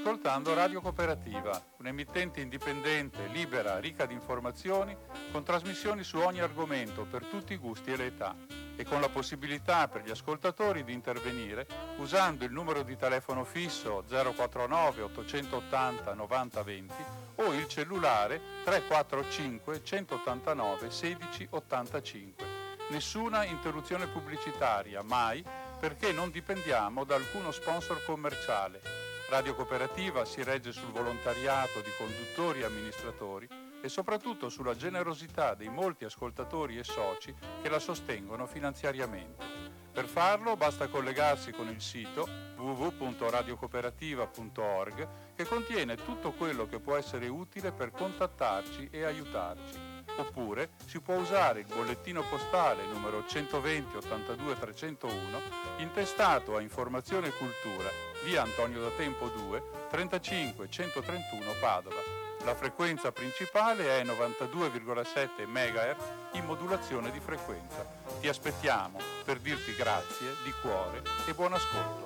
ascoltando Radio Cooperativa, un'emittente indipendente, libera, ricca di informazioni, con trasmissioni su ogni argomento per tutti i gusti e le età, e con la possibilità per gli ascoltatori di intervenire usando il numero di telefono fisso 049 880 90 20 o il cellulare 345 189 16 85. Nessuna interruzione pubblicitaria, mai, perché non dipendiamo da alcuno sponsor commerciale. Radio Cooperativa si regge sul volontariato di conduttori e amministratori e soprattutto sulla generosità dei molti ascoltatori e soci che la sostengono finanziariamente. Per farlo basta collegarsi con il sito www.radiocooperativa.org, che contiene tutto quello che può essere utile per contattarci e aiutarci. Oppure si può usare il bollettino postale numero 120 82 301, intestato a Informazione e Cultura, via Antonio da Tempo 2, 35 131 Padova. La frequenza principale è 92,7 MHz in modulazione di frequenza. Ti aspettiamo per dirti grazie di cuore e buon ascolto.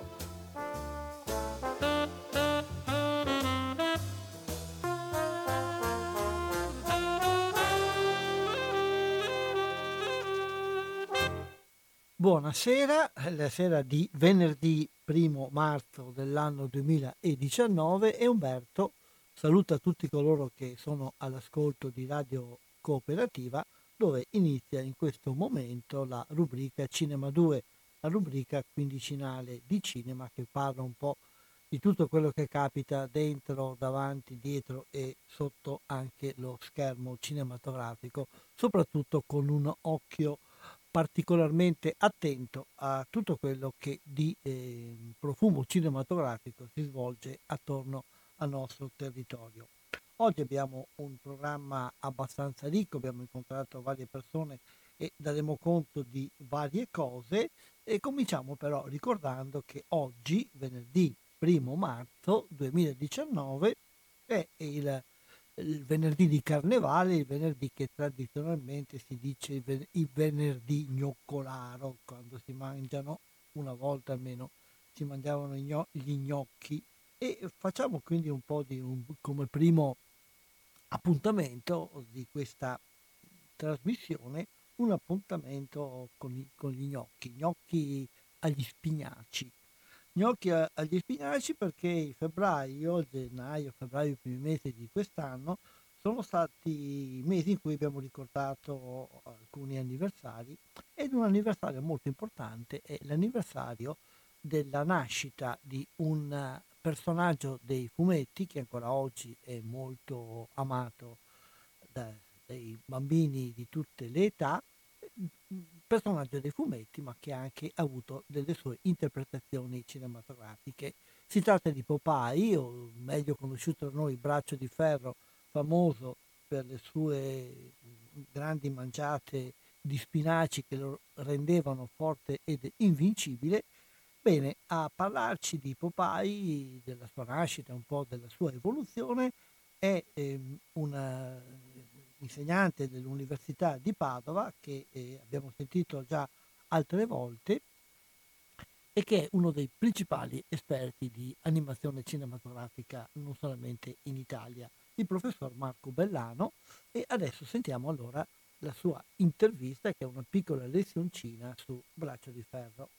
Buonasera, la sera di venerdì 1 marzo dell'anno 2019 e Umberto saluta tutti coloro che sono all'ascolto di Radio Cooperativa, dove inizia in questo momento la rubrica Cinema 2, la rubrica quindicinale di cinema che parla un po' di tutto quello che capita dentro, davanti, dietro e sotto anche lo schermo cinematografico, soprattutto con un occhio particolarmente attento a tutto quello che di profumo cinematografico si svolge attorno al nostro territorio. Oggi abbiamo un programma abbastanza ricco, abbiamo incontrato varie persone e daremo conto di varie cose e cominciamo però ricordando che oggi, venerdì 1 marzo 2019, è il venerdì di carnevale, il venerdì che tradizionalmente si dice il venerdì gnoccolaro, quando si mangiano, una volta almeno, si mangiavano gli gnocchi, e facciamo quindi un po' come primo appuntamento di questa trasmissione, un appuntamento con gli gnocchi agli spinaci. Gnocchi agli spinaci perché febbraio, i primi mesi di quest'anno sono stati mesi in cui abbiamo ricordato alcuni anniversari, ed un anniversario molto importante è l'anniversario della nascita di un personaggio dei fumetti che ancora oggi è molto amato dai bambini di tutte le età, personaggio dei fumetti, ma che ha anche avuto delle sue interpretazioni cinematografiche. Si tratta di Popeye, o meglio conosciuto da noi Braccio di Ferro, famoso per le sue grandi mangiate di spinaci che lo rendevano forte ed invincibile. Bene, a parlarci di Popeye, della sua nascita, un po' della sua evoluzione, è una insegnante dell'Università di Padova che abbiamo sentito già altre volte e che è uno dei principali esperti di animazione cinematografica non solamente in Italia, il professor Marco Bellano. E adesso sentiamo allora la sua intervista, che è una piccola lezioncina su Braccio di Ferro.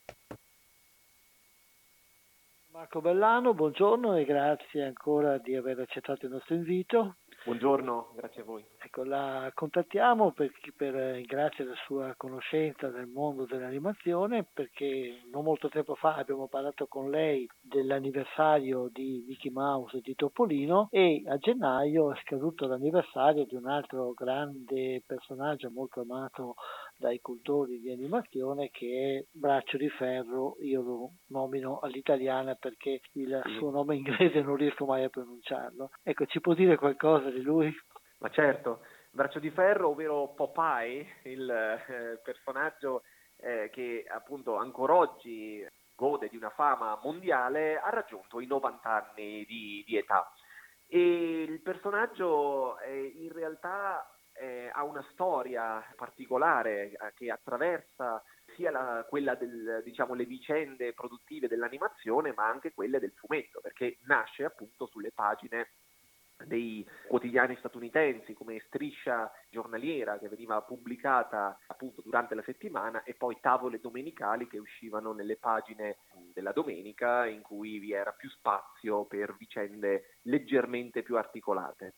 Marco Bellano, buongiorno e grazie ancora di aver accettato il nostro invito. Buongiorno, grazie a voi. Ecco, la contattiamo grazie alla sua conoscenza del mondo dell'animazione, perché non molto tempo fa abbiamo parlato con lei dell'anniversario di Mickey Mouse e di Topolino, e a gennaio è scaduto l'anniversario di un altro grande personaggio molto amato dai cultori di animazione, che è Braccio di Ferro. Io lo nomino all'italiana perché il suo nome inglese non riesco mai a pronunciarlo. Ecco, ci può dire qualcosa di lui? Ma certo, Braccio di Ferro, ovvero Popeye, il personaggio che appunto ancora oggi gode di una fama mondiale, ha raggiunto i 90 anni di età. E il personaggio in realtà ha una storia particolare che attraversa sia quella diciamo, le vicende produttive dell'animazione, ma anche quelle del fumetto, perché nasce appunto sulle pagine dei quotidiani statunitensi come Striscia giornaliera, che veniva pubblicata appunto durante la settimana, e poi Tavole domenicali, che uscivano nelle pagine della domenica, in cui vi era più spazio per vicende leggermente più articolate.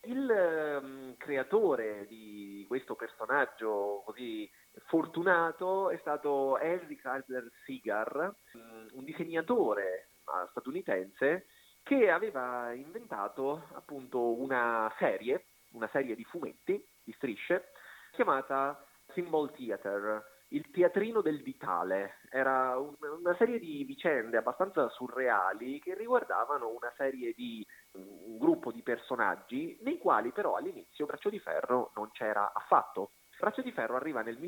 Il creatore di questo personaggio così fortunato è stato Henry Chrysler Segar, un disegnatore statunitense che aveva inventato appunto una serie di fumetti, di strisce, chiamata Symbol Theater, il teatrino del vitale. Era una serie di vicende abbastanza surreali che riguardavano un gruppo di personaggi nei quali però all'inizio Braccio di Ferro non c'era affatto. Braccio di Ferro arriva nel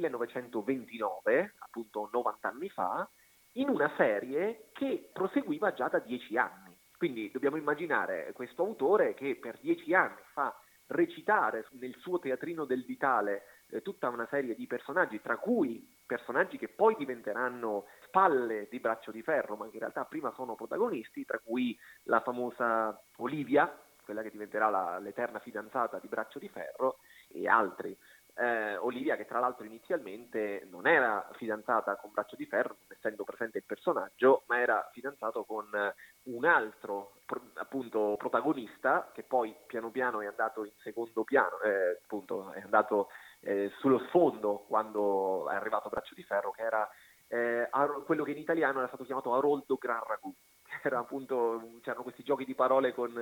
1929, appunto 90 anni fa, in una serie che proseguiva già da 10 anni. Quindi dobbiamo immaginare questo autore che per 10 anni fa recitare nel suo teatrino del vitale tutta una serie di personaggi, tra cui personaggi che poi diventeranno spalle di Braccio di Ferro, ma che in realtà prima sono protagonisti, tra cui la famosa Olivia, quella che diventerà l'eterna fidanzata di Braccio di Ferro, e altri. Olivia, che tra l'altro inizialmente non era fidanzata con Braccio di Ferro, non essendo presente il personaggio, ma era fidanzato con un altro appunto protagonista, che poi piano piano è andato in secondo piano, appunto è andato sullo sfondo quando è arrivato Braccio di Ferro, che era quello che in italiano era stato chiamato Aroldo Gran Ragù. Era appunto, c'erano questi giochi di parole con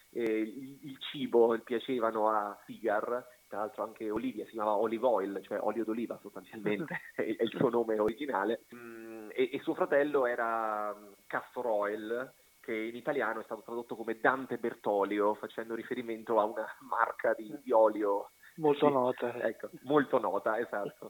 il cibo, piacevano a Segar. Tra l'altro anche Olivia si chiamava Olive Oil, cioè olio d'oliva sostanzialmente, è il suo nome originale, e suo fratello era Castor Oil, che in italiano è stato tradotto come Dante Bertolio, facendo riferimento a una marca di olio molto nota. Ecco, molto nota, esatto.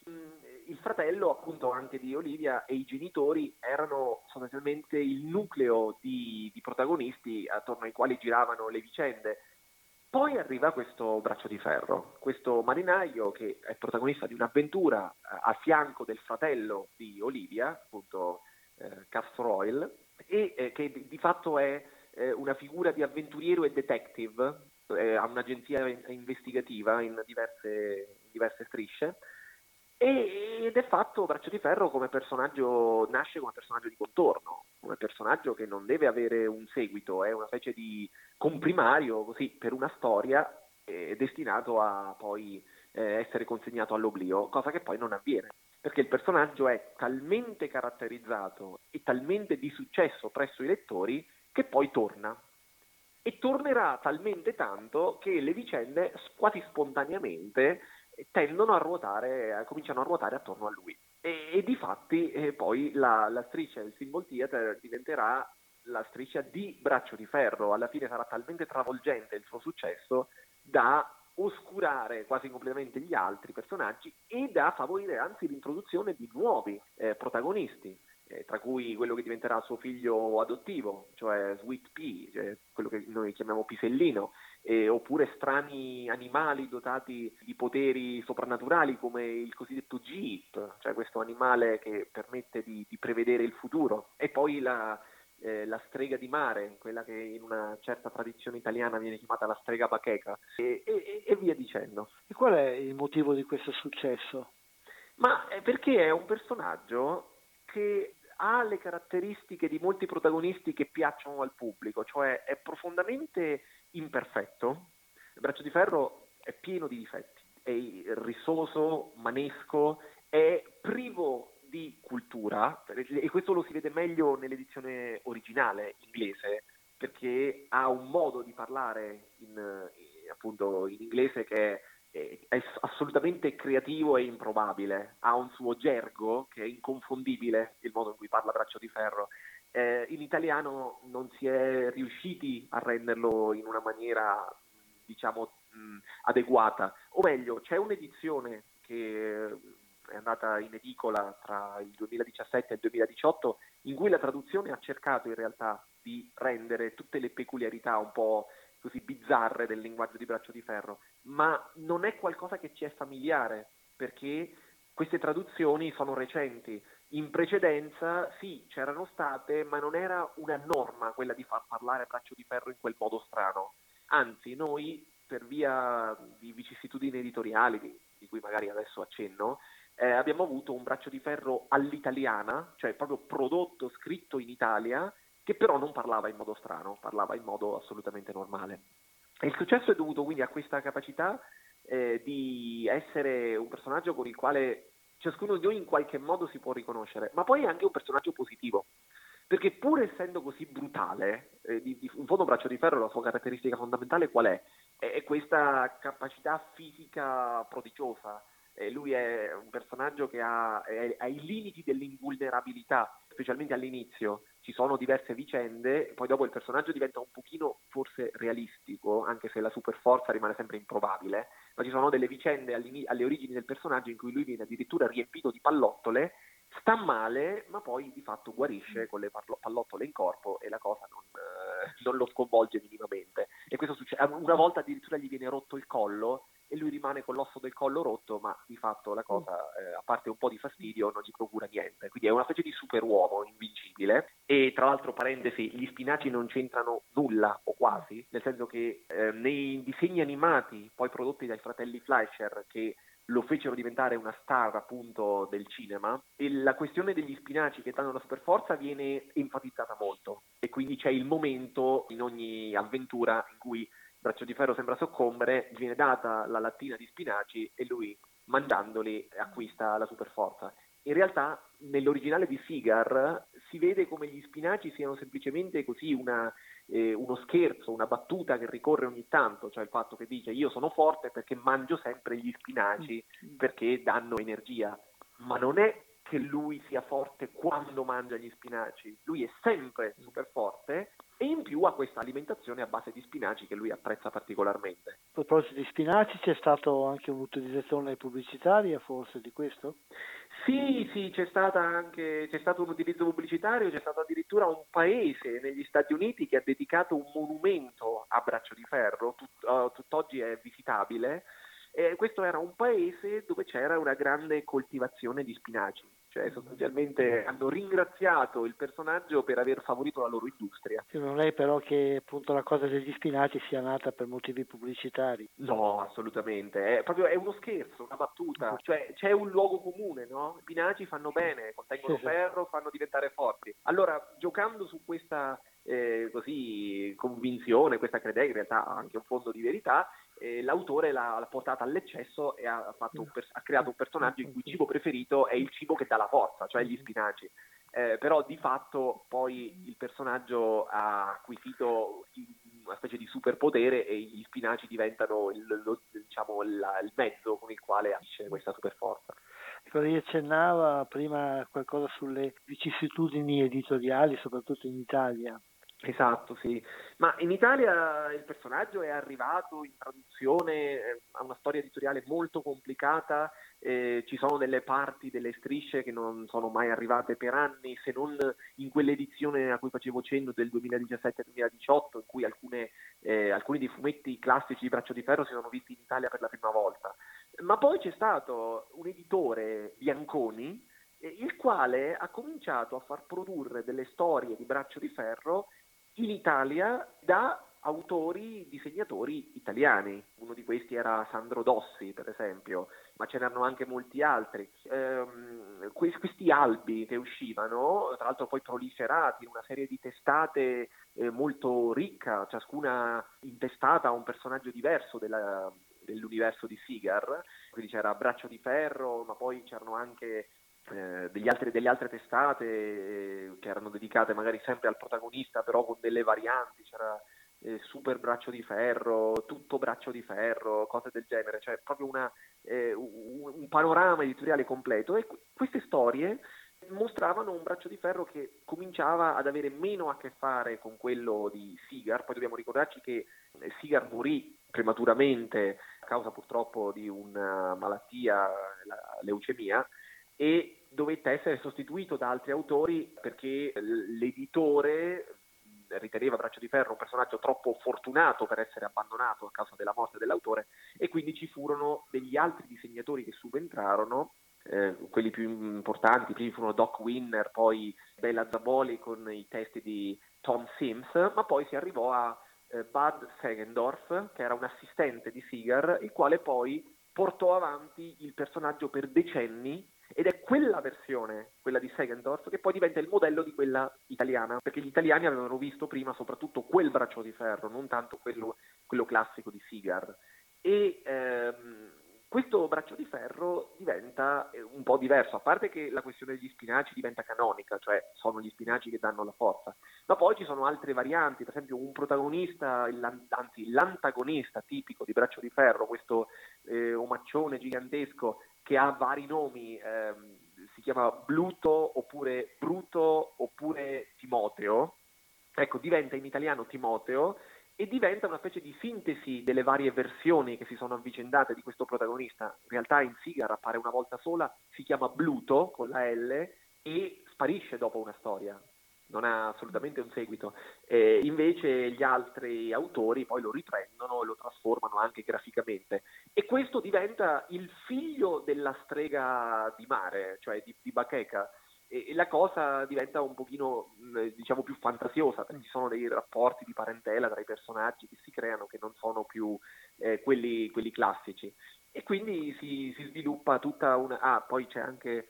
Il fratello appunto anche di Olivia e i genitori erano sostanzialmente il nucleo di protagonisti attorno ai quali giravano le vicende. Poi arriva questo Braccio di Ferro, questo marinaio che è protagonista di un'avventura a fianco del fratello di Olivia, appunto Castor Oil, e che di fatto è una figura di avventuriero e detective, ha un'agenzia investigativa in diverse strisce, ed è fatto Braccio di Ferro come personaggio, nasce come personaggio di contorno, come personaggio che non deve avere un seguito, è una specie di comprimario così per una storia destinato a poi essere consegnato all'oblio, cosa che poi non avviene, perché il personaggio è talmente caratterizzato e talmente di successo presso i lettori che poi torna. E tornerà talmente tanto che le vicende quasi spontaneamente cominciano a ruotare attorno a lui. E difatti poi la striscia del Symbol Theater diventerà la striscia di Braccio di Ferro. Alla fine sarà talmente travolgente il suo successo da oscurare quasi completamente gli altri personaggi e da favorire anzi l'introduzione di nuovi protagonisti. Tra cui quello che diventerà suo figlio adottivo, cioè Sweet Pea, cioè quello che noi chiamiamo Pisellino, oppure strani animali dotati di poteri soprannaturali come il cosiddetto Jeep, cioè questo animale che permette di prevedere il futuro, e poi la strega di mare, quella che in una certa tradizione italiana viene chiamata la strega bacheca, e via dicendo. E qual è il motivo di questo successo? Ma perché è un personaggio che ha le caratteristiche di molti protagonisti che piacciono al pubblico, cioè è profondamente imperfetto. Il Braccio di Ferro è pieno di difetti, è rissoso, manesco, è privo di cultura, e questo lo si vede meglio nell'edizione originale inglese, perché ha un modo di parlare appunto in inglese che è assolutamente creativo e improbabile, ha un suo gergo che è inconfondibile, il modo in cui parla Braccio di Ferro. In italiano non si è riusciti a renderlo in una maniera, diciamo, adeguata, o meglio, c'è un'edizione che è andata in edicola tra il 2017 e il 2018 in cui la traduzione ha cercato in realtà di rendere tutte le peculiarità un po' così bizzarre del linguaggio di Braccio di Ferro, ma non è qualcosa che ci è familiare, perché queste traduzioni sono recenti. In precedenza sì, c'erano state, ma non era una norma quella di far parlare Braccio di Ferro in quel modo strano. Anzi, noi, per via di vicissitudini editoriali, di cui magari adesso accenno, abbiamo avuto un Braccio di Ferro all'italiana, cioè proprio prodotto, scritto in Italia, che però non parlava in modo strano, parlava in modo assolutamente normale. E il successo è dovuto quindi a questa capacità di essere un personaggio con il quale ciascuno di noi in qualche modo si può riconoscere, ma poi è anche un personaggio positivo, perché pur essendo così brutale, in fondo Braccio di Ferro la sua caratteristica fondamentale qual è? È questa capacità fisica prodigiosa. Lui è un personaggio che ha i limiti dell'invulnerabilità, specialmente all'inizio. Ci sono diverse vicende, poi dopo il personaggio diventa un pochino forse realistico, anche se la superforza rimane sempre improbabile, ma ci sono delle vicende alle origini del personaggio in cui lui viene addirittura riempito di pallottole, sta male, ma poi di fatto guarisce con le pallottole in corpo e la cosa non lo sconvolge minimamente. E questo succede, una volta addirittura gli viene rotto il collo e lui rimane con l'osso del collo rotto, ma di fatto la cosa, a parte un po' di fastidio, non gli procura niente. Quindi è una specie di superuomo invincibile. E tra l'altro, parentesi, gli spinaci non c'entrano nulla o quasi, nel senso che nei disegni animati poi prodotti dai fratelli Fleischer, che lo fecero diventare una star appunto del cinema, e la questione degli spinaci che danno la superforza viene enfatizzata molto, e quindi c'è il momento in ogni avventura in cui Braccio di Ferro sembra soccombere, gli viene data la lattina di spinaci e lui, mangiandoli, acquista la superforza. In realtà nell'originale di Seeger si vede come gli spinaci siano semplicemente così uno scherzo, una battuta che ricorre ogni tanto, cioè il fatto che dice io sono forte perché mangio sempre gli spinaci perché danno energia, ma non è che lui sia forte quando mangia gli spinaci, lui è sempre super forte e in più ha questa alimentazione a base di spinaci che lui apprezza particolarmente. A proposito di spinaci, c'è stato anche un'utilizzazione pubblicitaria forse di questo? Sì, c'è stato un utilizzo pubblicitario, c'è stato addirittura un paese negli Stati Uniti che ha dedicato un monumento a Braccio di Ferro, tutt'oggi è visitabile. Questo era un paese dove c'era una grande coltivazione di spinaci, cioè sostanzialmente hanno ringraziato il personaggio per aver favorito la loro industria. Non è però che appunto la cosa degli spinaci sia nata per motivi pubblicitari. No, assolutamente, è uno scherzo, una battuta, cioè c'è un luogo comune, no? I spinaci fanno bene, contengono ferro, fanno diventare forti. Allora, giocando su questa così convinzione, questa credenza, in realtà ha anche un fondo di verità, l'autore l'ha portata all'eccesso e ha creato un personaggio in cui il cibo preferito è il cibo che dà la forza, cioè gli spinaci. Però di fatto poi il personaggio ha acquisito una specie di superpotere e gli spinaci diventano il mezzo con il quale agisce questa superforza. Lei accennava prima qualcosa sulle vicissitudini editoriali, soprattutto in Italia. Esatto, sì. Ma in Italia il personaggio è arrivato in traduzione, ha una storia editoriale molto complicata, ci sono delle parti, delle strisce che non sono mai arrivate per anni, se non in quell'edizione a cui facevo cenno del 2017-2018, in cui alcuni dei fumetti classici di Braccio di Ferro si sono visti in Italia per la prima volta. Ma poi c'è stato un editore, Bianconi, il quale ha cominciato a far produrre delle storie di Braccio di Ferro in Italia da autori, disegnatori italiani. Uno di questi era Sandro Dossi, per esempio, ma ce n'erano anche molti altri. Questi albi che uscivano, tra l'altro poi proliferati in una serie di testate molto ricca, ciascuna intestata a un personaggio diverso dell'universo di Seeger. Quindi c'era Braccio di Ferro, ma poi c'erano anche delle altre testate che erano dedicate magari sempre al protagonista, però con delle varianti. C'era Super Braccio di Ferro, Tutto Braccio di Ferro, cose del genere, cioè proprio un panorama editoriale completo. E queste storie mostravano un Braccio di Ferro che cominciava ad avere meno a che fare con quello di Seeger. Poi dobbiamo ricordarci che Seeger morì prematuramente a causa purtroppo di una malattia, la leucemia, e dovette essere sostituito da altri autori perché l'editore riteneva Braccio di Ferro un personaggio troppo fortunato per essere abbandonato a causa della morte dell'autore, e quindi ci furono degli altri disegnatori che subentrarono, quelli più importanti. Primi furono Doc Winner, poi Bela Zaboli con i testi di Tom Sims, ma poi si arrivò a Bud Segendorf, che era un assistente di Seeger, il quale poi portò avanti il personaggio per decenni, ed è quella versione, quella di Segendorf, che poi diventa il modello di quella italiana, perché gli italiani avevano visto prima soprattutto quel Braccio di Ferro, non tanto quello classico di Seeger. E questo Braccio di Ferro diventa un po' diverso, a parte che la questione degli spinaci diventa canonica, cioè sono gli spinaci che danno la forza, ma poi ci sono altre varianti, per esempio un protagonista, anzi l'antagonista tipico di Braccio di Ferro, questo omaccione gigantesco che ha vari nomi, si chiama Bluto oppure Bruto oppure Timoteo, ecco, diventa in italiano Timoteo, e diventa una specie di sintesi delle varie versioni che si sono avvicendate di questo protagonista. In realtà in Seeger appare una volta sola, si chiama Bluto con la L e sparisce dopo una storia, non ha assolutamente un seguito. Invece gli altri autori poi lo riprendono e lo trasformano anche graficamente, e questo diventa il figlio della strega di mare, cioè di Bacheca, e la cosa diventa un pochino diciamo più fantasiosa, perché ci sono dei rapporti di parentela tra i personaggi che si creano che non sono più quelli classici, e quindi si sviluppa tutta una... poi c'è anche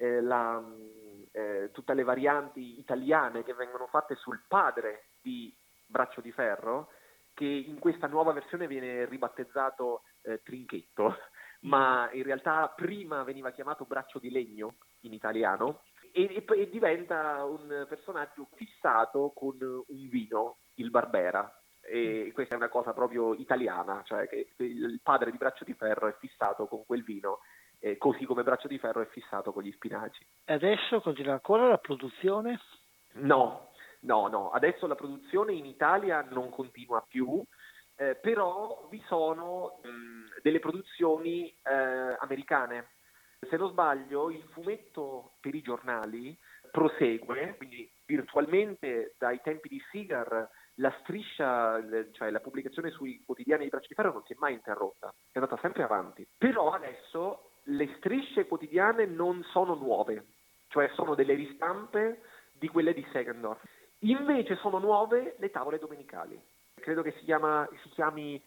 tutte le varianti italiane che vengono fatte sul padre di Braccio di Ferro, che in questa nuova versione viene ribattezzato Trinchetto, ma in realtà prima veniva chiamato Braccio di Legno in italiano, e diventa un personaggio fissato con un vino, il Barbera, e questa è una cosa proprio italiana, cioè che il padre di Braccio di Ferro è fissato con quel vino, così come Braccio di Ferro è fissato con gli spinaci. E adesso continua ancora la produzione? No, adesso la produzione in Italia non continua più, però vi sono delle produzioni americane. Se non sbaglio, il fumetto per i giornali prosegue, quindi virtualmente dai tempi di Seeger la striscia, cioè la pubblicazione sui quotidiani di Braccio di Ferro non si è mai interrotta, è andata sempre avanti. Però adesso le strisce quotidiane non sono nuove, cioè sono delle ristampe di quelle di Segendorf. Invece sono nuove le tavole domenicali. Credo che si chiami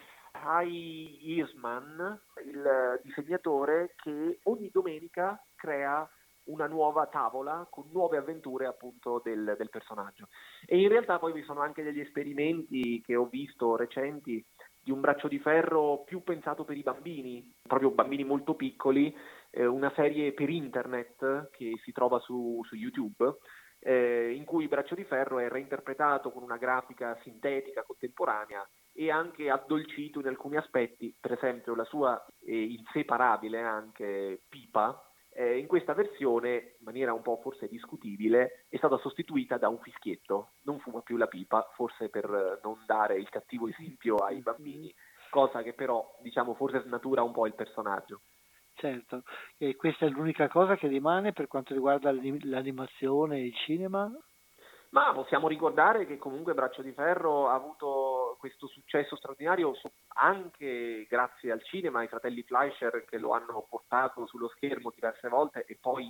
Hai Eastman, il disegnatore che ogni domenica crea una nuova tavola con nuove avventure appunto del personaggio. E in realtà poi vi sono anche degli esperimenti che ho visto recenti di un Braccio di Ferro più pensato per i bambini, proprio bambini molto piccoli, una serie per internet che si trova su YouTube, in cui Braccio di Ferro è reinterpretato con una grafica sintetica contemporanea e anche addolcito in alcuni aspetti, per esempio la sua inseparabile anche pipa, in questa versione, in maniera un po' forse discutibile, è stata sostituita da un fischietto, non fuma più la pipa, forse per non dare il cattivo esempio ai bambini, cosa che però diciamo forse snatura un po' il personaggio. Certo, e questa è l'unica cosa che rimane per quanto riguarda l'animazione e il cinema? Ma possiamo ricordare che comunque Braccio di Ferro ha avuto questo successo straordinario anche grazie al cinema, ai fratelli Fleischer che lo hanno portato sullo schermo diverse volte, e poi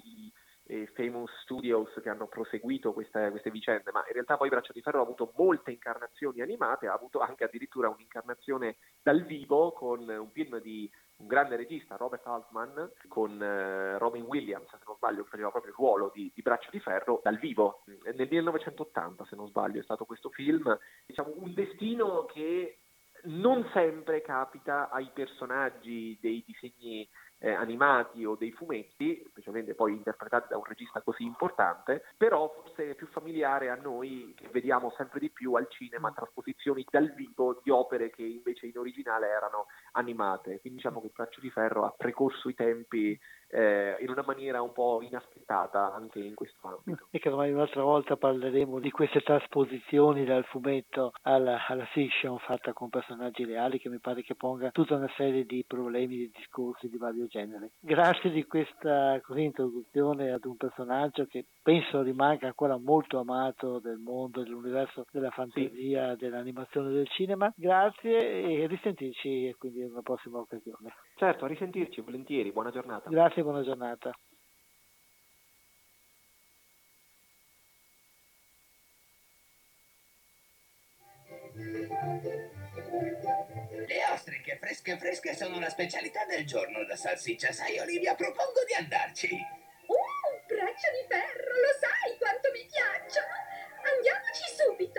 i Famous Studios che hanno proseguito queste vicende, ma in realtà poi Braccio di Ferro ha avuto molte incarnazioni animate, ha avuto anche addirittura un'incarnazione dal vivo con un film di un grande regista, Robert Altman, con Robin Williams, se non sbaglio, che faceva proprio il ruolo di Braccio di Ferro dal vivo, nel 1980, se non sbaglio, è stato questo film. Diciamo un destino che non sempre capita ai personaggi dei disegni animati o dei fumetti, specialmente poi interpretati da un regista così importante, però forse è più familiare a noi che vediamo sempre di più al cinema trasposizioni dal vivo di opere che invece in originale erano animate. Quindi diciamo che il Braccio di Ferro ha precorso i tempi in una maniera un po' inaspettata anche in questo ambito. E che ormai un'altra volta parleremo di queste trasposizioni dal fumetto alla fiction fatta con personaggi reali, che mi pare che ponga tutta una serie di problemi, di discorsi di vario genere. Grazie di questa introduzione ad un personaggio che penso rimanga ancora molto amato del mondo, dell'universo della fantasia, sì, dell'animazione del cinema. Grazie e risentirci quindi in una prossima occasione. Certo, a risentirci, volentieri, buona giornata. Grazie, buona giornata. Le ostriche fresche sono la specialità del giorno da salsiccia, sai Olivia, propongo di andarci. Braccio di ferro, lo sai quanto mi piacciono. Andiamoci subito.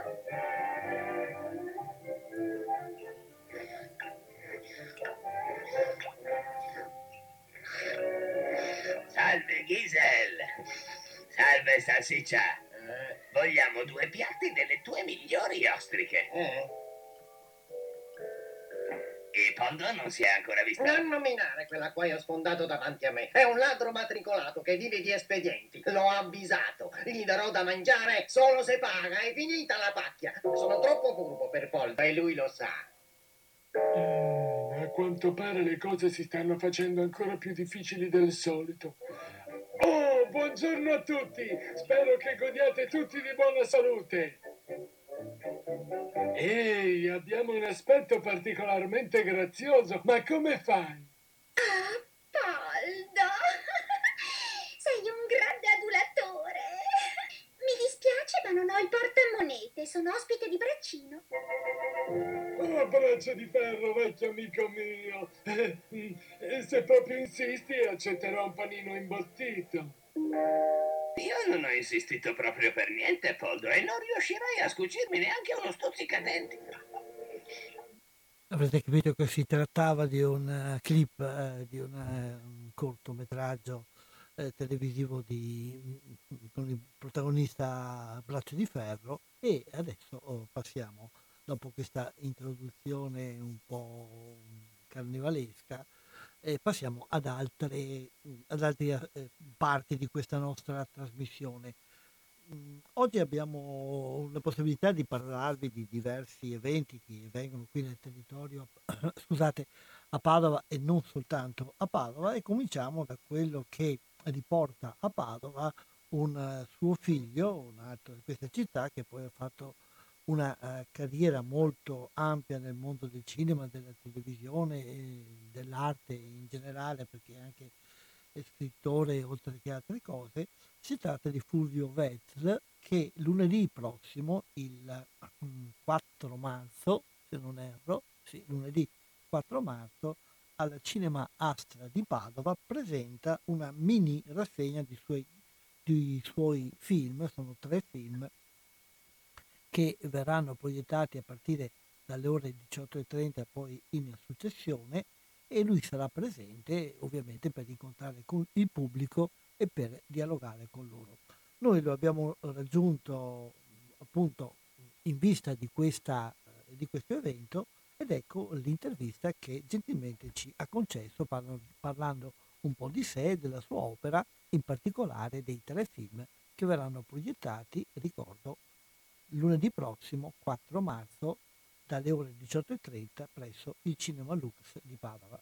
Salve Giselle. Salve salsiccia. Vogliamo 2 piatti delle tue migliori ostriche. E Poldo non si è ancora visto? Non nominare quella qua ho sfondato davanti a me. È un ladro matricolato che vive di espedienti. L'ho avvisato. Gli darò da mangiare solo se paga. È finita la pacchia. Sono troppo furbo per Poldo e lui lo sa. A quanto pare le cose si stanno facendo ancora più difficili del solito. Oh, buongiorno a tutti! Spero che godiate tutti di buona salute. Ehi, abbiamo un aspetto particolarmente grazioso, ma come fai? Poldo, sei un grande adulatore. Mi dispiace, ma non ho il portamonete, sono ospite di Braccino. Oh, braccio di ferro, vecchio amico mio. Se proprio insisti, accetterò un panino imbottito. Io non ho insistito proprio per niente, Poldo, e non riuscirai a scucirmi neanche uno stuzzicadenti. Avrete capito che si trattava di un clip, di un cortometraggio televisivo con il protagonista Braccio di Ferro, e adesso passiamo, dopo questa introduzione un po' carnevalesca, passiamo ad altre parti di questa nostra trasmissione. Oggi abbiamo la possibilità di parlarvi di diversi eventi che vengono qui nel territorio, scusate, a Padova e non soltanto a Padova, e cominciamo da quello che riporta a Padova un suo figlio, un altro di questa città, che poi ha fatto una carriera molto ampia nel mondo del cinema, della televisione e dell'arte in generale, perché anche è scrittore oltre che altre cose. Si tratta di Fulvio Wetzel, che lunedì prossimo, il 4 marzo, se non erro, sì, lunedì 4 marzo, al Cinema Astra di Padova presenta una mini rassegna di suoi film. Sono 3 film che verranno proiettati a partire dalle ore 18:30 poi in successione, e lui sarà presente ovviamente per incontrare con il pubblico e per dialogare con loro. Noi lo abbiamo raggiunto appunto in vista di questo evento, ed ecco l'intervista che gentilmente ci ha concesso parlando un po' di sé, della sua opera, in particolare dei 3 film che verranno proiettati, ricordo, lunedì prossimo 4 marzo dalle ore 18:30 presso il Cinema Lux di Padova.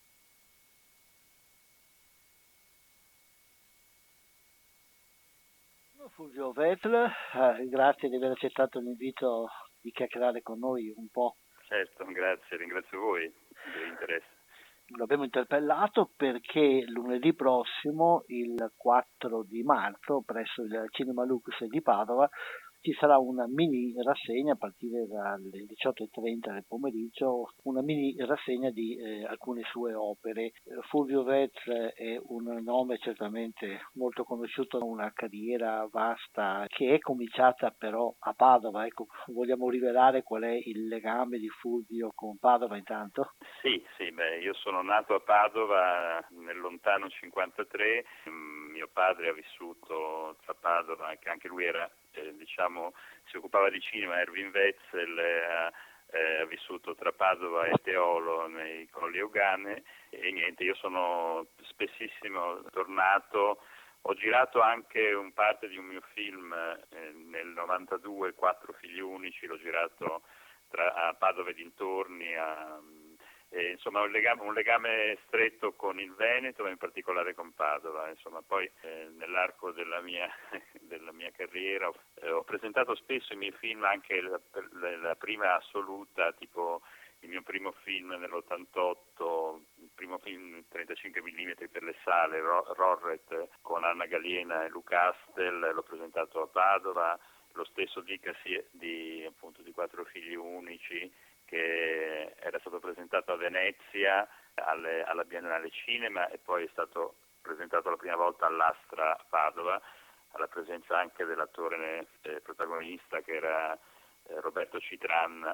Fulvio Wetzel, grazie di aver accettato l'invito di chiacchierare con noi un po'. Certo, grazie, ringrazio voi dell'interesse. L'abbiamo interpellato perché lunedì prossimo, il 4 di marzo, presso il Cinema Lux di Padova, ci sarà una mini rassegna a partire dalle 18:30 del pomeriggio, una mini rassegna di alcune sue opere. Fulvio Wetzel è un nome certamente molto conosciuto, una carriera vasta che è cominciata però a Padova. Ecco, vogliamo rivelare qual è il legame di Fulvio con Padova intanto? Sì, io sono nato a Padova nel lontano 53, mio padre ha vissuto tra Padova, che anche lui era si occupava di cinema, Erwin Wetzel, ha vissuto tra Padova e Teolo nei Colli Euganei e niente, io sono spessissimo tornato. Ho girato anche un parte di un mio film nel 92, 4 figli unici, l'ho girato a Padova e dintorni, insomma un legame stretto con il Veneto e in particolare con Padova. Insomma, poi nell'arco della mia carriera ho presentato spesso i miei film, anche la prima assoluta, tipo il mio primo film nell'88, il primo film 35 mm per le sale, Rorret, con Anna Galiena e Luca Astel, l'ho presentato a Padova. Lo stesso dicasi di 4 figli unici, che era stato presentato a Venezia alla Biennale Cinema e poi è stato presentato la prima volta all'Astra Padova, alla presenza anche dell'attore protagonista che era Roberto Citran,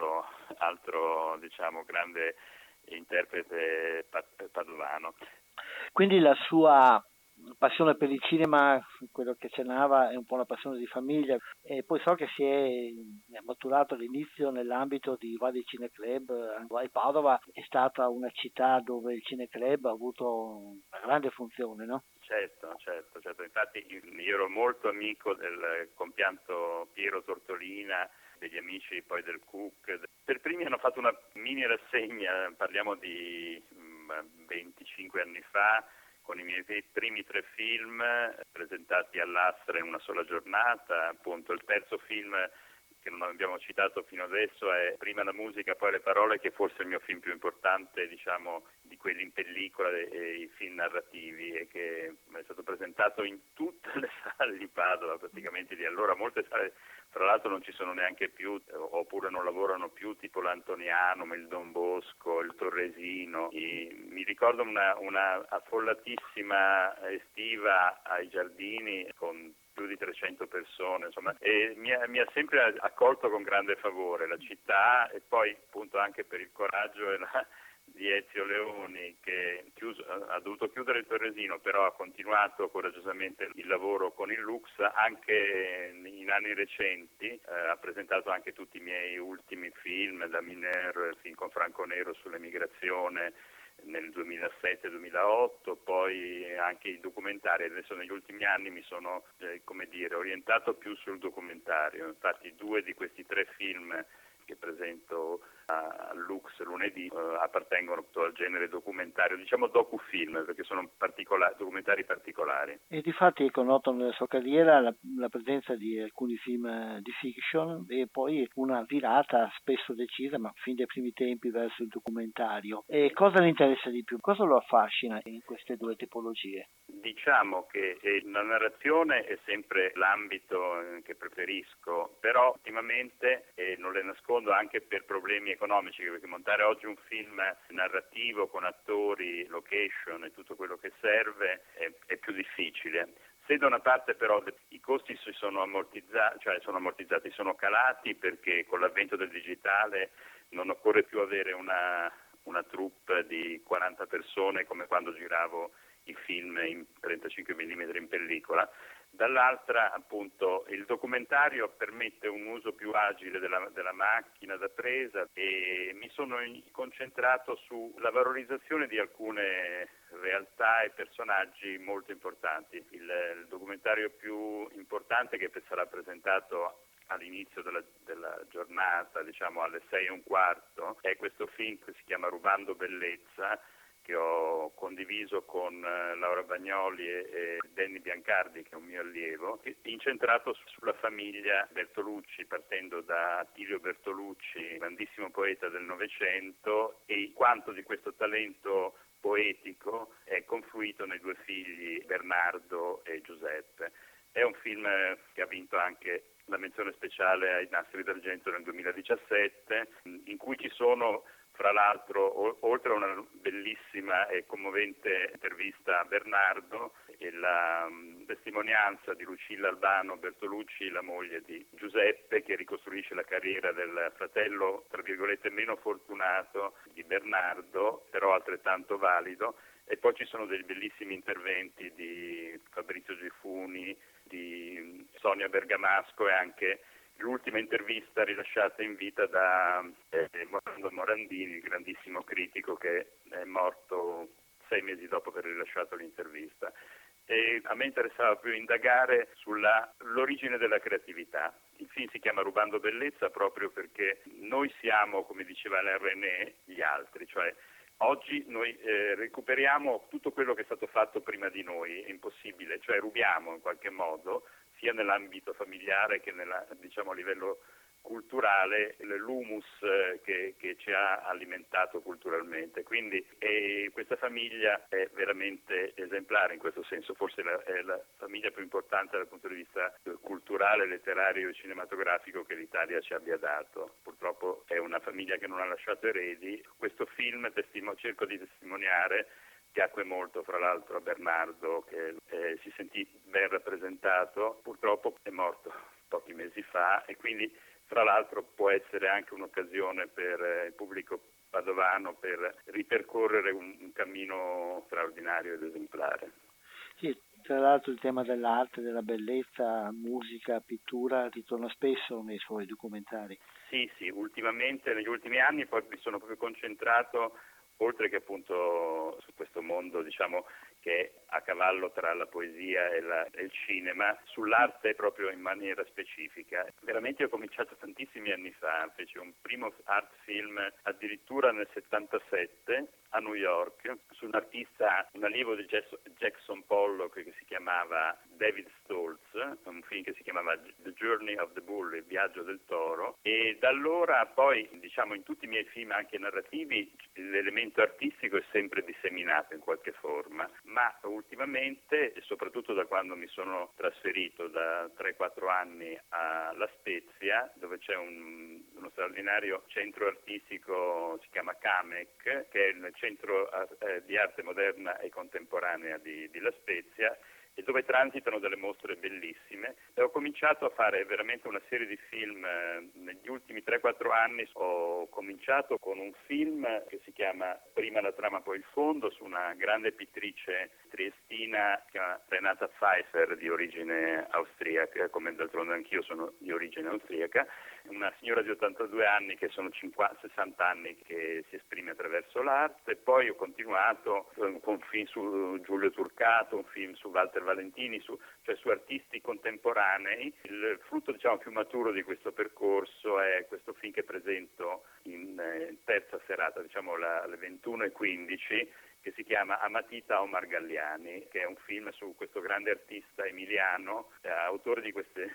altro diciamo grande interprete padovano. Quindi la sua passione per il cinema, quello che accennava, è un po' una passione di famiglia, e poi so che si è maturato all'inizio nell'ambito di vari cineclub. Padova è stata una città dove il cineclub ha avuto una grande funzione, no? Certo, infatti io ero molto amico del compianto Piero Tortolina, degli amici poi del Cook. Per primi hanno fatto una mini rassegna, parliamo di 25 anni fa, con i miei primi 3 film presentati all'Astra in una sola giornata. Appunto il terzo film che non abbiamo citato fino adesso è Prima la musica, poi le parole, che forse è il mio film più importante, diciamo, di quelli in pellicola e i film narrativi, e che è stato presentato in tutte le sale di Padova praticamente di allora. Molte sale tra l'altro non ci sono neanche più, oppure non lavorano più, tipo l'Antonianum, il Don Bosco, il Torresino. Mi ricordo una affollatissima estiva ai Giardini con più di 300 persone, insomma, e mi ha sempre accolto con grande favore la città, e poi appunto anche per il coraggio di Ezio Leoni, che ha dovuto chiudere il Torresino, però ha continuato coraggiosamente il lavoro con il Lux anche in anni recenti. Ha presentato anche tutti i miei ultimi film, da Miner, il film con Franco Nero sull'emigrazione nel 2007-2008, poi anche i documentari. Adesso negli ultimi anni mi sono orientato più sul documentario. Infatti 2 di questi 3 film che presento al Lux lunedì appartengono al genere documentario, diciamo docufilm, perché sono documentari particolari. E difatti connoto nella sua carriera la presenza di alcuni film di fiction e poi una virata spesso decisa, ma fin dai primi tempi, verso il documentario. E cosa le interessa di più? Cosa lo affascina in queste 2 tipologie? Diciamo che la narrazione è sempre l'ambito che preferisco, però ultimamente, e non le nascondo, anche per problemi economici, perché montare oggi un film narrativo con attori, location e tutto quello che serve è più difficile. Se da una parte però i costi si sono ammortizzati, sono calati, perché con l'avvento del digitale non occorre più avere una troupe di 40 persone come quando giravo i film in 35 mm in pellicola. Dall'altra, appunto, il documentario permette un uso più agile della macchina da presa, e mi sono concentrato sulla valorizzazione di alcune realtà e personaggi molto importanti. Il documentario più importante, che sarà presentato all'inizio della giornata, diciamo alle 6:15, è questo film che si chiama Rubando Bellezza, che ho condiviso con Laura Bagnoli e Danny Biancardi, che è un mio allievo, incentrato sulla famiglia Bertolucci, partendo da Attilio Bertolucci, grandissimo poeta del Novecento, e quanto di questo talento poetico è confluito nei 2 figli Bernardo e Giuseppe. È un film che ha vinto anche la menzione speciale ai Nastri d'Argento nel 2017, in cui ci sono, fra l'altro, oltre a una bellissima e commovente intervista a Bernardo, e la testimonianza di Lucilla Albano Bertolucci, la moglie di Giuseppe, che ricostruisce la carriera del fratello, tra virgolette, meno fortunato di Bernardo, però altrettanto valido. E poi ci sono dei bellissimi interventi di Fabrizio Gifuni, di Sonia Bergamasco e anche l'ultima intervista rilasciata in vita da Morando Morandini, il grandissimo critico che è morto 6 mesi dopo aver rilasciato l'intervista. E a me interessava più indagare sull'origine della creatività. Il film si chiama Rubando Bellezza proprio perché noi siamo, come diceva Alain René, gli altri, cioè oggi noi recuperiamo tutto quello che è stato fatto prima di noi, è impossibile, cioè rubiamo in qualche modo, sia nell'ambito familiare che a livello culturale, l'humus che ci ha alimentato culturalmente. Quindi questa famiglia è veramente esemplare in questo senso, forse è la famiglia più importante dal punto di vista culturale, letterario e cinematografico che l'Italia ci abbia dato. Purtroppo è una famiglia che non ha lasciato eredi. Questo film cerco di testimoniare. Piacque molto fra l'altro a Bernardo, che si sentì ben rappresentato, purtroppo è morto pochi mesi fa e quindi fra l'altro può essere anche un'occasione per il pubblico padovano per ripercorrere un cammino straordinario ed esemplare. Sì, tra l'altro il tema dell'arte, della bellezza, musica, pittura ritorna spesso nei suoi documentari. Sì, ultimamente, negli ultimi anni poi mi sono proprio concentrato, oltre che appunto su questo mondo, diciamo, che è a cavallo tra la poesia e il cinema, sull'arte proprio in maniera specifica. Veramente ho cominciato tantissimi anni fa, feci un primo art film addirittura nel 77 a New York, su un artista, un allievo di Jackson Pollock che si chiamava David Stoltz, un film che si chiamava The Journey of the Bull, il viaggio del toro, e da allora poi, diciamo, in tutti i miei film anche narrativi l'elemento artistico è sempre disseminato in qualche forma, ma ultimamente, e soprattutto da quando mi sono trasferito da 3-4 anni a La Spezia, dove c'è uno straordinario centro artistico, si chiama CAMEC, che è il centro di arte moderna e contemporanea di La Spezia, e dove transitano delle mostre bellissime. E ho cominciato a fare veramente una serie di film negli ultimi 3-4 anni. Ho cominciato con un film che si chiama Prima la trama poi il fondo, su una grande pittrice triestina, si chiama Renata Pfeiffer, di origine austriaca, come d'altronde anch'io sono di origine austriaca, una signora di 82 anni che sono 60 anni che si esprime attraverso l'arte. Poi ho continuato con un film su Giulio Turcato, un film su Walter Valentini, cioè su artisti contemporanei. Il frutto, diciamo, più maturo di questo percorso è questo film che presento in terza serata, diciamo alle 21:15, che si chiama Amatita Omar Galliani, che è un film su questo grande artista emiliano, autore di queste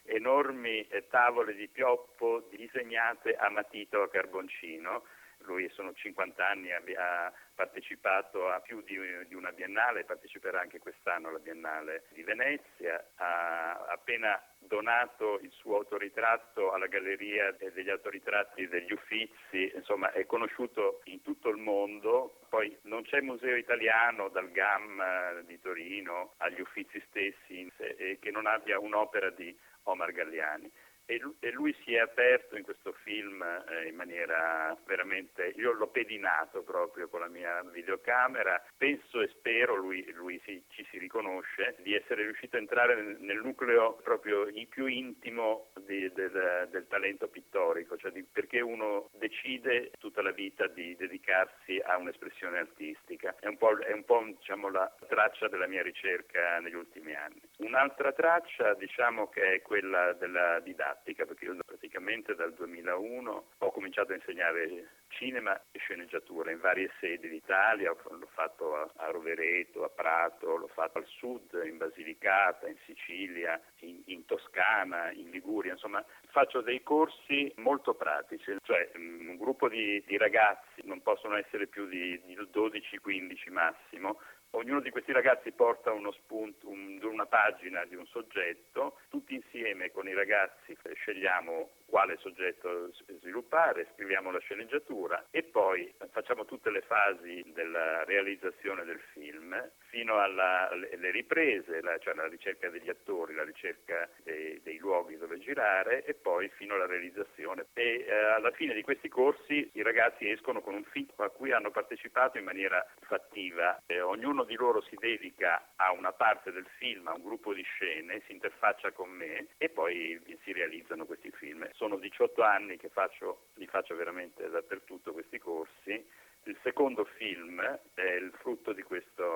enormi tavole di pioppo disegnate a matita o a carboncino. Lui sono 50 anni, ha partecipato a più di una biennale, parteciperà anche quest'anno alla Biennale di Venezia, ha appena donato il suo autoritratto alla Galleria degli autoritratti degli Uffizi, insomma è conosciuto in tutto il mondo. Poi non c'è museo italiano, dal GAM di Torino agli Uffizi stessi, che non abbia un'opera di Omar Galliani. E lui si è aperto in questo film in maniera veramente, io l'ho pedinato proprio con la mia videocamera, penso e spero, lui ci si riconosce, di essere riuscito a entrare nel nucleo proprio più intimo del talento pittorico, cioè perché uno decide tutta la vita di dedicarsi a un'espressione artistica. È un po' diciamo, la traccia della mia ricerca negli ultimi anni. Un'altra traccia, diciamo, che è quella della didattica, perché io praticamente dal 2001 ho cominciato a insegnare cinema e sceneggiatura in varie sedi d'Italia. L'ho fatto a Rovereto, a Prato, l'ho fatto al sud, in Basilicata, in Sicilia, in Toscana, in Liguria. Insomma, faccio dei corsi molto pratici, cioè un gruppo di ragazzi, non possono essere più di 12-15 massimo. Ognuno di questi ragazzi porta uno spunto, una pagina di un soggetto, tutti insieme con i ragazzi scegliamo quale soggetto sviluppare, scriviamo la sceneggiatura e poi facciamo tutte le fasi della realizzazione del film fino alle riprese, cioè la ricerca degli attori, la ricerca dei luoghi dove girare e poi fino alla realizzazione. E alla fine di questi corsi i ragazzi escono con un film a cui hanno partecipato in maniera fattiva. Ognuno di loro si dedica a una parte del film, a un gruppo di scene, si interfaccia con me e poi si realizzano questi film. Sono 18 anni che li faccio veramente dappertutto questi corsi. Il secondo film è il frutto di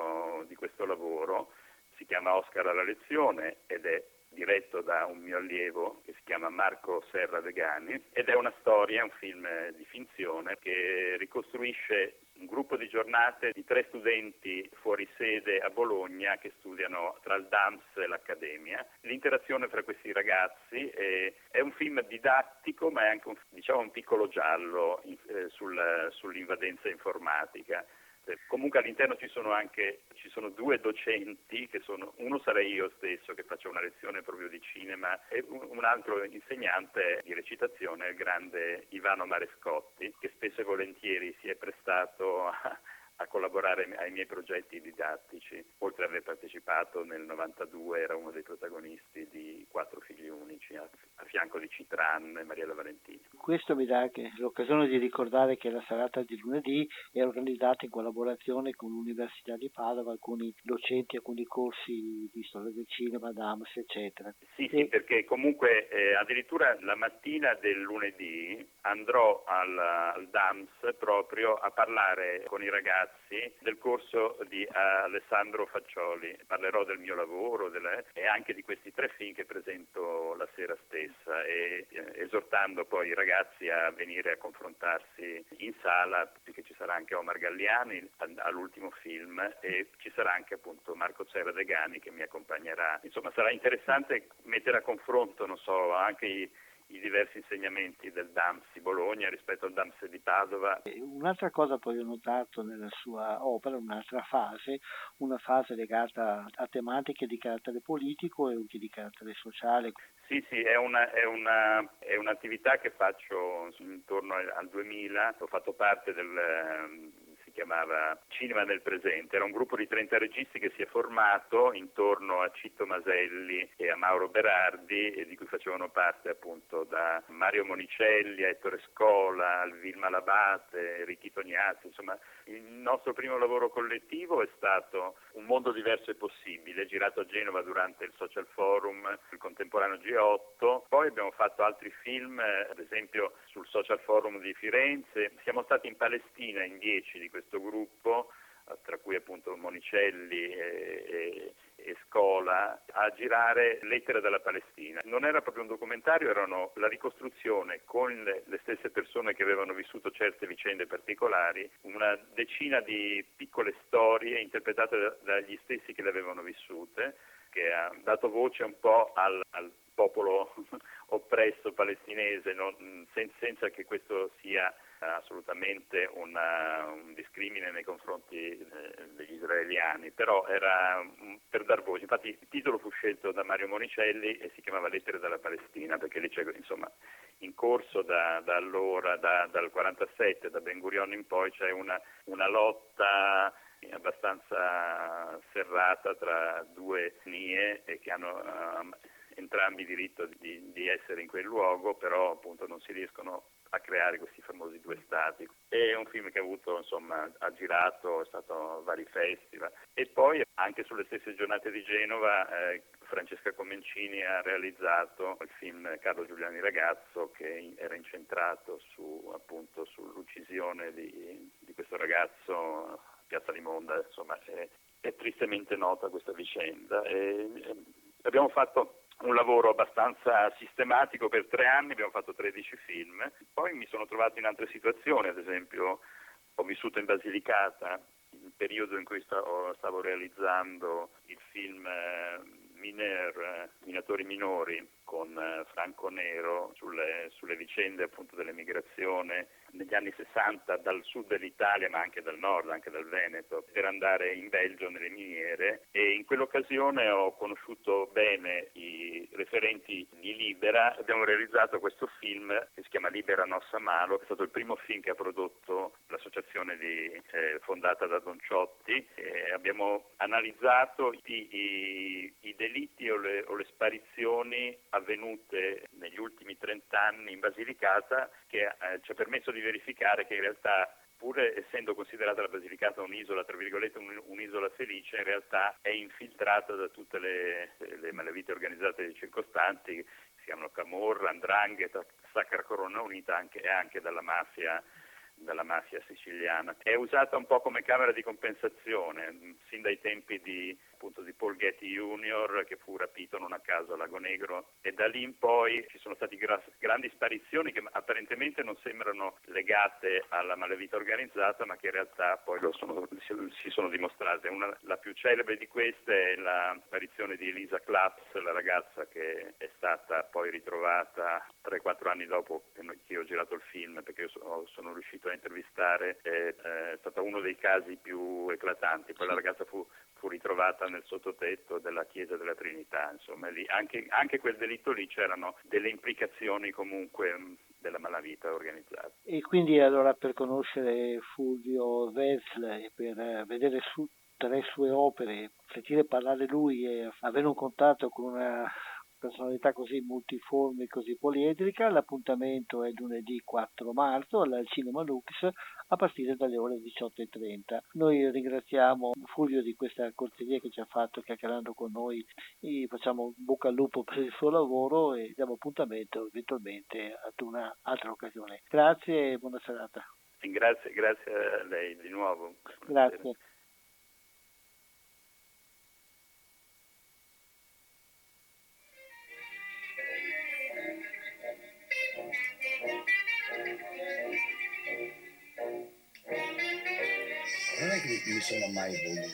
questo lavoro, si chiama Oscar alla lezione ed è diretto da un mio allievo che si chiama Marco Serra Degani ed è una storia, un film di finzione che ricostruisce un gruppo di giornate di 3 studenti fuori sede a Bologna che studiano tra il DAMS e l'Accademia. L'interazione fra questi ragazzi è un film didattico ma è anche un piccolo giallo sull'invadenza informatica. Comunque all'interno ci sono 2 docenti uno sarei io stesso che faccio una lezione proprio di cinema e un altro insegnante di recitazione, il grande Ivano Marescotti, che spesso e volentieri si è prestato a collaborare ai miei progetti didattici, oltre ad aver partecipato nel 92, era uno dei protagonisti di 4 figli unici a fianco di Citran e Mariella Valentini. Questo mi dà anche l'occasione di ricordare che la serata di lunedì è organizzata in collaborazione con l'Università di Padova, alcuni docenti, alcuni corsi di storia del cinema, DAMS, eccetera. Sì, perché comunque addirittura la mattina del lunedì andrò al DAMS proprio a parlare con i ragazzi del corso di Alessandro Faccioli. Parlerò del mio lavoro e anche di questi 3 film che presento la sera stessa e esortando poi i ragazzi a venire a confrontarsi in sala, perché ci sarà anche Omar Galliani all'ultimo film e ci sarà anche appunto Marco Serra Degani che mi accompagnerà. Insomma sarà interessante mettere a confronto, anche i diversi insegnamenti del DAMS di Bologna rispetto al DAMS di Padova. Un'altra cosa poi ho notato nella sua opera, una fase legata a tematiche di carattere politico e anche di carattere sociale. Sì, è un'attività che faccio intorno al 2000, ho fatto parte si chiamava Cinema nel Presente, era un gruppo di 30 registi che si è formato intorno a Citto Maselli e a Mauro Berardi e di cui facevano parte appunto da Mario Monicelli, a Ettore Scola, Vilma Labate, Ricchi Tognazzi, insomma il nostro primo lavoro collettivo è stato Un mondo diverso e possibile, girato a Genova durante il Social Forum, il contemporaneo G8, poi abbiamo fatto altri film, ad esempio sul Social Forum di Firenze, siamo stati in Palestina in 10 di questo gruppo, tra cui appunto Monicelli e Scola, a girare Lettere dalla Palestina. Non era proprio un documentario, erano la ricostruzione con le stesse persone che avevano vissuto certe vicende particolari, una decina di piccole storie interpretate dagli stessi che le avevano vissute, che ha dato voce un po' al popolo oppresso palestinese, senza che questo sia assolutamente un discrimine nei confronti degli israeliani, però era per dar voce. Infatti il titolo fu scelto da Mario Monicelli e si chiamava Lettere dalla Palestina, perché lì c'è in corso da allora, dal 47, da Ben Gurion in poi, c'è una lotta abbastanza serrata tra 2 etnie e che hanno entrambi diritto di essere in quel luogo, però appunto non si riescono a creare questi famosi 2 stati. È un film che ha girato, è stato a vari festival e poi anche sulle stesse giornate di Genova Francesca Comencini ha realizzato il film Carlo Giuliani Ragazzo, che era incentrato sull'uccisione di questo ragazzo a Piazza Limonda. Insomma è tristemente nota questa vicenda e abbiamo fatto un lavoro abbastanza sistematico per 3 anni, abbiamo fatto 13 film, poi mi sono trovato in altre situazioni, ad esempio ho vissuto in Basilicata, il periodo in cui stavo realizzando il film Minatori minori con Franco Nero sulle vicende appunto dell'emigrazione negli anni 60 dal sud dell'Italia ma anche dal nord, anche dal Veneto, per andare in Belgio nelle miniere, e in quell'occasione ho conosciuto bene i referenti di Libera. Abbiamo realizzato questo film che si chiama Libera Nossa Malo, che è stato il primo film che ha prodotto l'associazione fondata da Don Ciotti. Abbiamo analizzato i delitti o le sparizioni avvenute negli ultimi 30 anni in Basilicata, che ci ha permesso di verificare che in realtà, pur essendo considerata la Basilicata un'isola, tra virgolette un'isola felice, in realtà è infiltrata da tutte le malavite organizzate circostanti, che si chiamano Camorra, 'Ndrangheta, Sacra Corona Unita e anche dalla mafia siciliana. È usata un po' come camera di compensazione, sin dai tempi di Paul Getty Jr., che fu rapito non a caso a Lago Negro, e da lì in poi ci sono stati grandi sparizioni che apparentemente non sembrano legate alla malavita organizzata, ma che in realtà poi si sono dimostrate. La più celebre di queste è la sparizione di Elisa Claps, la ragazza che è stata poi ritrovata 3-4 anni dopo che io ho girato il film, perché io sono riuscito a intervistare. È stato uno dei casi più eclatanti. Poi la ragazza fu ritrovata nel sottotetto della chiesa della Trinità. Insomma, lì anche quel delitto lì c'erano delle implicazioni comunque della malavita organizzata. E quindi allora, per conoscere Fulvio Wezl e per vedere tutte le sue opere, sentire parlare lui e avere un contatto con una personalità così multiforme, così poliedrica, l'appuntamento è lunedì 4 marzo al Cinema Lux a partire dalle ore 18:30. Noi ringraziamo Fulvio di questa cortesia che ci ha fatto chiacchierando con noi, e facciamo bocca al lupo per il suo lavoro e diamo appuntamento eventualmente ad una altra occasione. Grazie e buona serata. Grazie a lei di nuovo. Grazie. Non è che mi sono mai voluto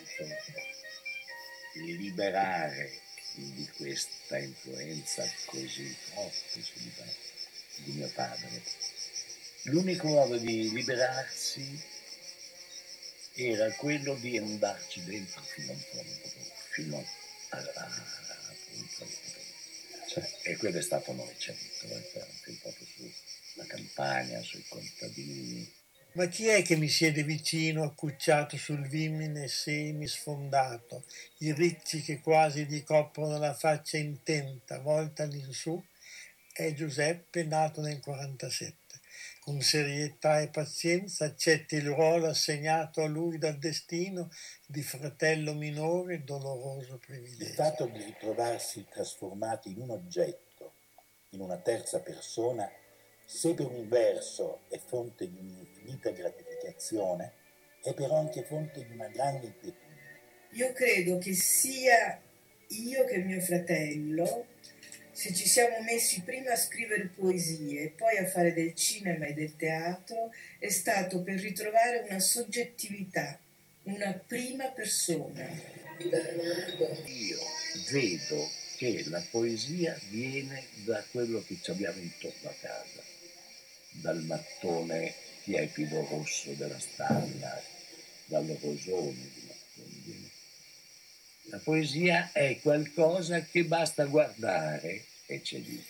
liberare di questa influenza così forte di mio padre. L'unico modo di liberarsi era quello di andarci dentro fino in fondo, fino appunto. E quello è stato Novecento, anche proprio sulla campagna, sui contadini. Ma chi è che mi siede vicino, accucciato sul vimine semi-sfondato, i ricci che quasi gli coprono la faccia intenta, volta all'insù? È Giuseppe, nato nel 47. Con serietà e pazienza accetta il ruolo assegnato a lui dal destino di fratello minore, doloroso privilegio. Il fatto di ritrovarsi trasformati in un oggetto, in una terza persona, se per un verso è fonte di un'infinita gratificazione, è però anche fonte di una grande inquietudine. Io credo che sia io che mio fratello, se ci siamo messi prima a scrivere poesie e poi a fare del cinema e del teatro, è stato per ritrovare una soggettività, una prima persona. Io vedo che la poesia viene da quello che ci abbiamo intorno a casa, dal mattone tiepido rosso della stalla, dal rosone di mattoni. La poesia è qualcosa che basta guardare e c'è lì.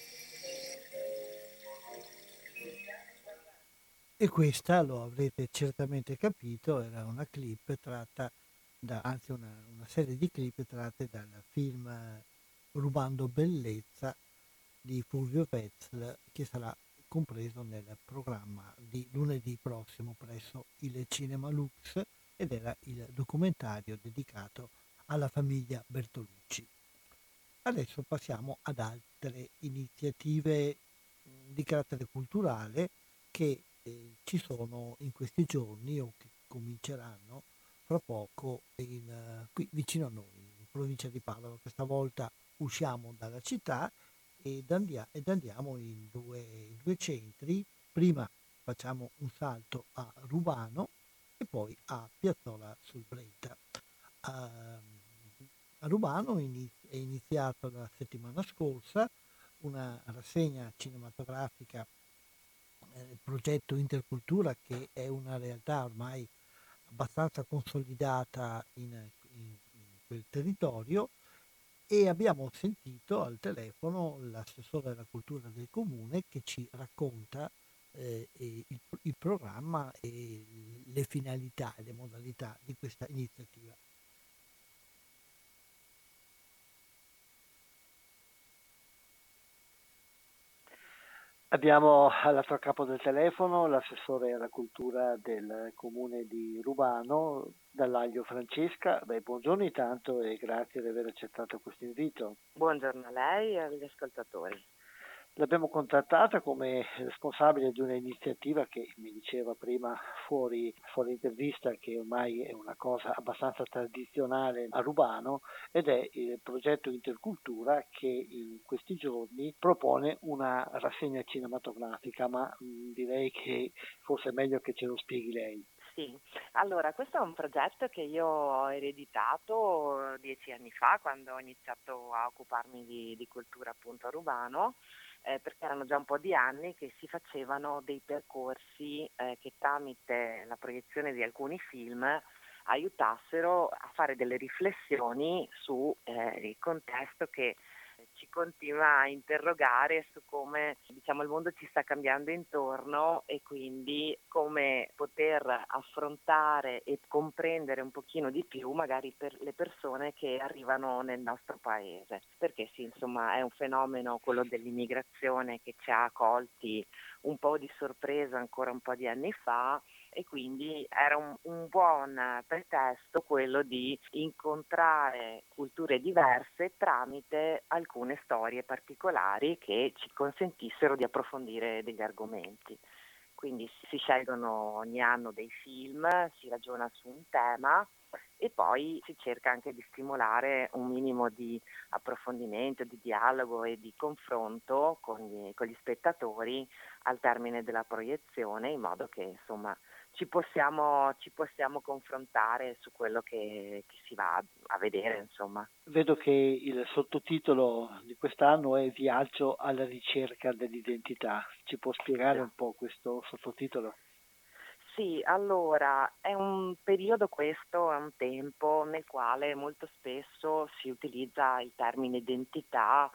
E questa, lo avrete certamente capito, era una clip tratta anzi una serie di clip tratte dal film Rubando Bellezza di Fulvio Wezl, che sarà compreso nel programma di lunedì prossimo presso il Cinema Lux, ed era il documentario dedicato alla famiglia Bertolucci. Adesso passiamo ad altre iniziative di carattere culturale che ci sono in questi giorni o che cominceranno fra poco qui vicino a noi, in provincia di Padova. Questa volta usciamo dalla città ed andiamo in due centri. Prima facciamo un salto a Rubano e poi a Piazzola sul Brenta. A Rubano è iniziato la settimana scorsa una rassegna cinematografica, il progetto Intercultura, che è una realtà ormai abbastanza consolidata in quel territorio, e abbiamo sentito al telefono l'assessore alla cultura del comune che ci racconta il programma e le finalità e le modalità di questa iniziativa. Abbiamo all'altro capo del telefono l'assessore alla cultura del comune di Rubano, Dall'Aglio Francesca. Buongiorno intanto e grazie di aver accettato questo invito. Buongiorno a lei e agli ascoltatori. L'abbiamo contattata come responsabile di un'iniziativa che mi diceva prima fuori intervista che ormai è una cosa abbastanza tradizionale a Rubano, ed è il progetto Intercultura, che in questi giorni propone una rassegna cinematografica, ma direi che forse è meglio che ce lo spieghi lei. Sì, allora questo è un progetto che io ho ereditato 10 anni fa, quando ho iniziato a occuparmi di cultura appunto a Rubano, perché erano già un po' di anni che si facevano dei percorsi che tramite la proiezione di alcuni film aiutassero a fare delle riflessioni su il contesto che ci continua a interrogare su come, diciamo, il mondo ci sta cambiando intorno, e quindi come poter affrontare e comprendere un pochino di più magari per le persone che arrivano nel nostro paese, perché sì, insomma, è un fenomeno, quello dell'immigrazione, che ci ha colti un po' di sorpresa ancora un po' di anni fa, e quindi era un buon pretesto quello di incontrare culture diverse tramite alcune storie particolari che ci consentissero di approfondire degli argomenti. Quindi si scelgono ogni anno dei film, si ragiona su un tema e poi si cerca anche di stimolare un minimo di approfondimento, di dialogo e di confronto con gli spettatori al termine della proiezione, in modo che insomma ci possiamo confrontare su quello che si va a vedere, insomma. Vedo che il sottotitolo di quest'anno è Viaggio alla ricerca dell'identità. Ci può spiegare un po' questo sottotitolo? Sì, allora è un periodo, questo è un tempo nel quale molto spesso si utilizza il termine identità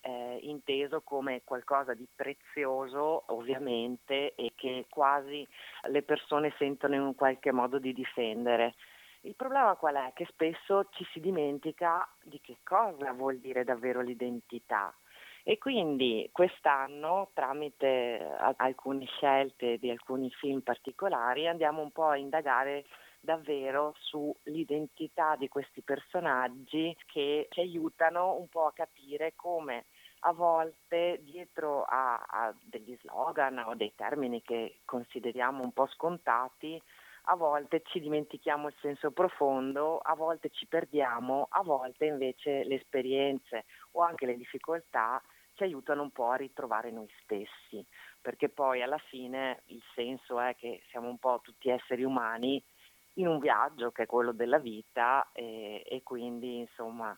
inteso come qualcosa di prezioso, ovviamente, e che quasi le persone sentono in un qualche modo di difendere. Il problema qual è? Che spesso ci si dimentica di che cosa vuol dire davvero l'identità. E quindi quest'anno, tramite alcune scelte di alcuni film particolari, andiamo un po' a indagare davvero sull'identità di questi personaggi, che ci aiutano un po' a capire come a volte dietro a degli slogan o dei termini che consideriamo un po' scontati, a volte ci dimentichiamo il senso profondo, a volte ci perdiamo, a volte invece le esperienze o anche le difficoltà ci aiutano un po' a ritrovare noi stessi, perché poi alla fine il senso è che siamo un po' tutti esseri umani in un viaggio che è quello della vita, e quindi insomma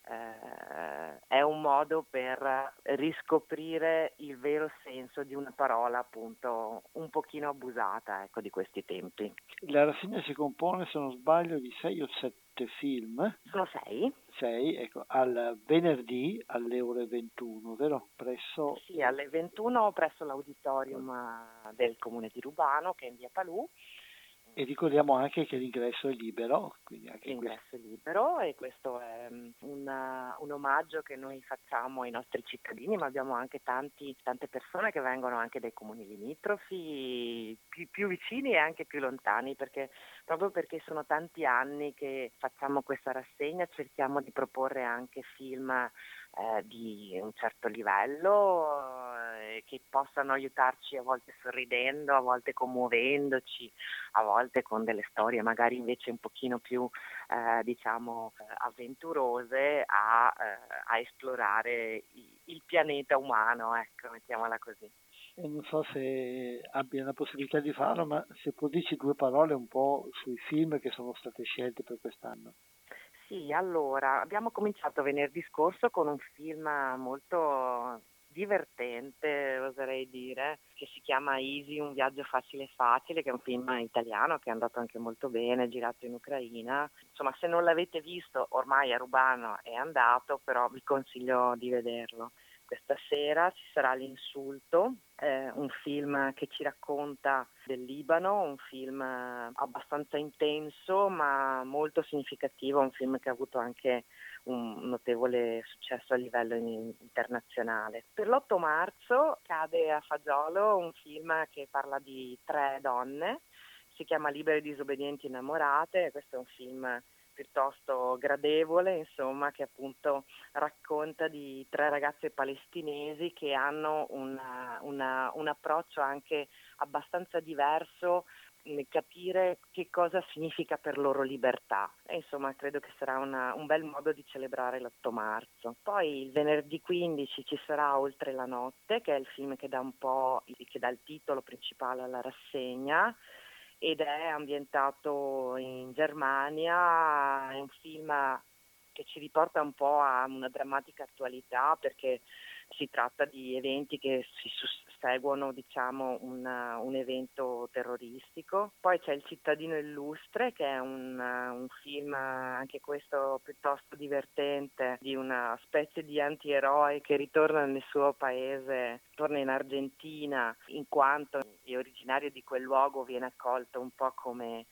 è un modo per riscoprire il vero senso di una parola appunto un pochino abusata, ecco, di questi tempi. La rassegna si compone, se non sbaglio, di 6 o 7 film. Sono 6. 6, ecco, al venerdì alle ore 21, vero? Presso... Sì, alle 21 presso l'auditorium del comune di Rubano, che è in via Palù. E ricordiamo anche che l'ingresso è libero. Quindi anche l'ingresso è libero, e questo è un omaggio che noi facciamo ai nostri cittadini, ma abbiamo anche tante persone che vengono anche dai comuni limitrofi, più vicini e anche più lontani, proprio perché sono tanti anni che facciamo questa rassegna, cerchiamo di proporre anche film di un certo livello, che possano aiutarci a volte sorridendo, a volte commuovendoci, a volte con delle storie magari invece un pochino più avventurose a esplorare il pianeta umano, ecco, mettiamola così. E non so se abbia la possibilità di farlo, ma se può dirci 2 parole un po' sui film che sono state scelte per quest'anno. Sì, allora, abbiamo cominciato venerdì scorso con un film molto divertente, oserei dire, che si chiama Easy, un viaggio facile facile, che è un film italiano che è andato anche molto bene, girato in Ucraina. Insomma, se non l'avete visto, ormai a Rubano è andato, però vi consiglio di vederlo. Questa sera ci sarà L'Insulto, un film che ci racconta del Libano, un film abbastanza intenso ma molto significativo, un film che ha avuto anche un notevole successo a livello internazionale. Per l'8 marzo cade a Fagiolo un film che parla di 3 donne, si chiama Libere, disobbedienti, innamorate. Questo è un film piuttosto gradevole, insomma, che appunto racconta di 3 ragazze palestinesi che hanno un approccio anche abbastanza diverso nel capire che cosa significa per loro libertà. E insomma, credo che sarà un bel modo di celebrare l'8 marzo. Poi il venerdì 15 ci sarà Oltre la notte, che è il film che dà il titolo principale alla rassegna, ed è ambientato in Germania. È un film che ci riporta un po' a una drammatica attualità, perché si tratta di eventi che si susseguono, diciamo, un evento terroristico. Poi c'è Il cittadino illustre, che è un film, anche questo piuttosto divertente, di una specie di antieroe che ritorna nel suo paese, torna in Argentina, in quanto è originario di quel luogo, viene accolto un po' come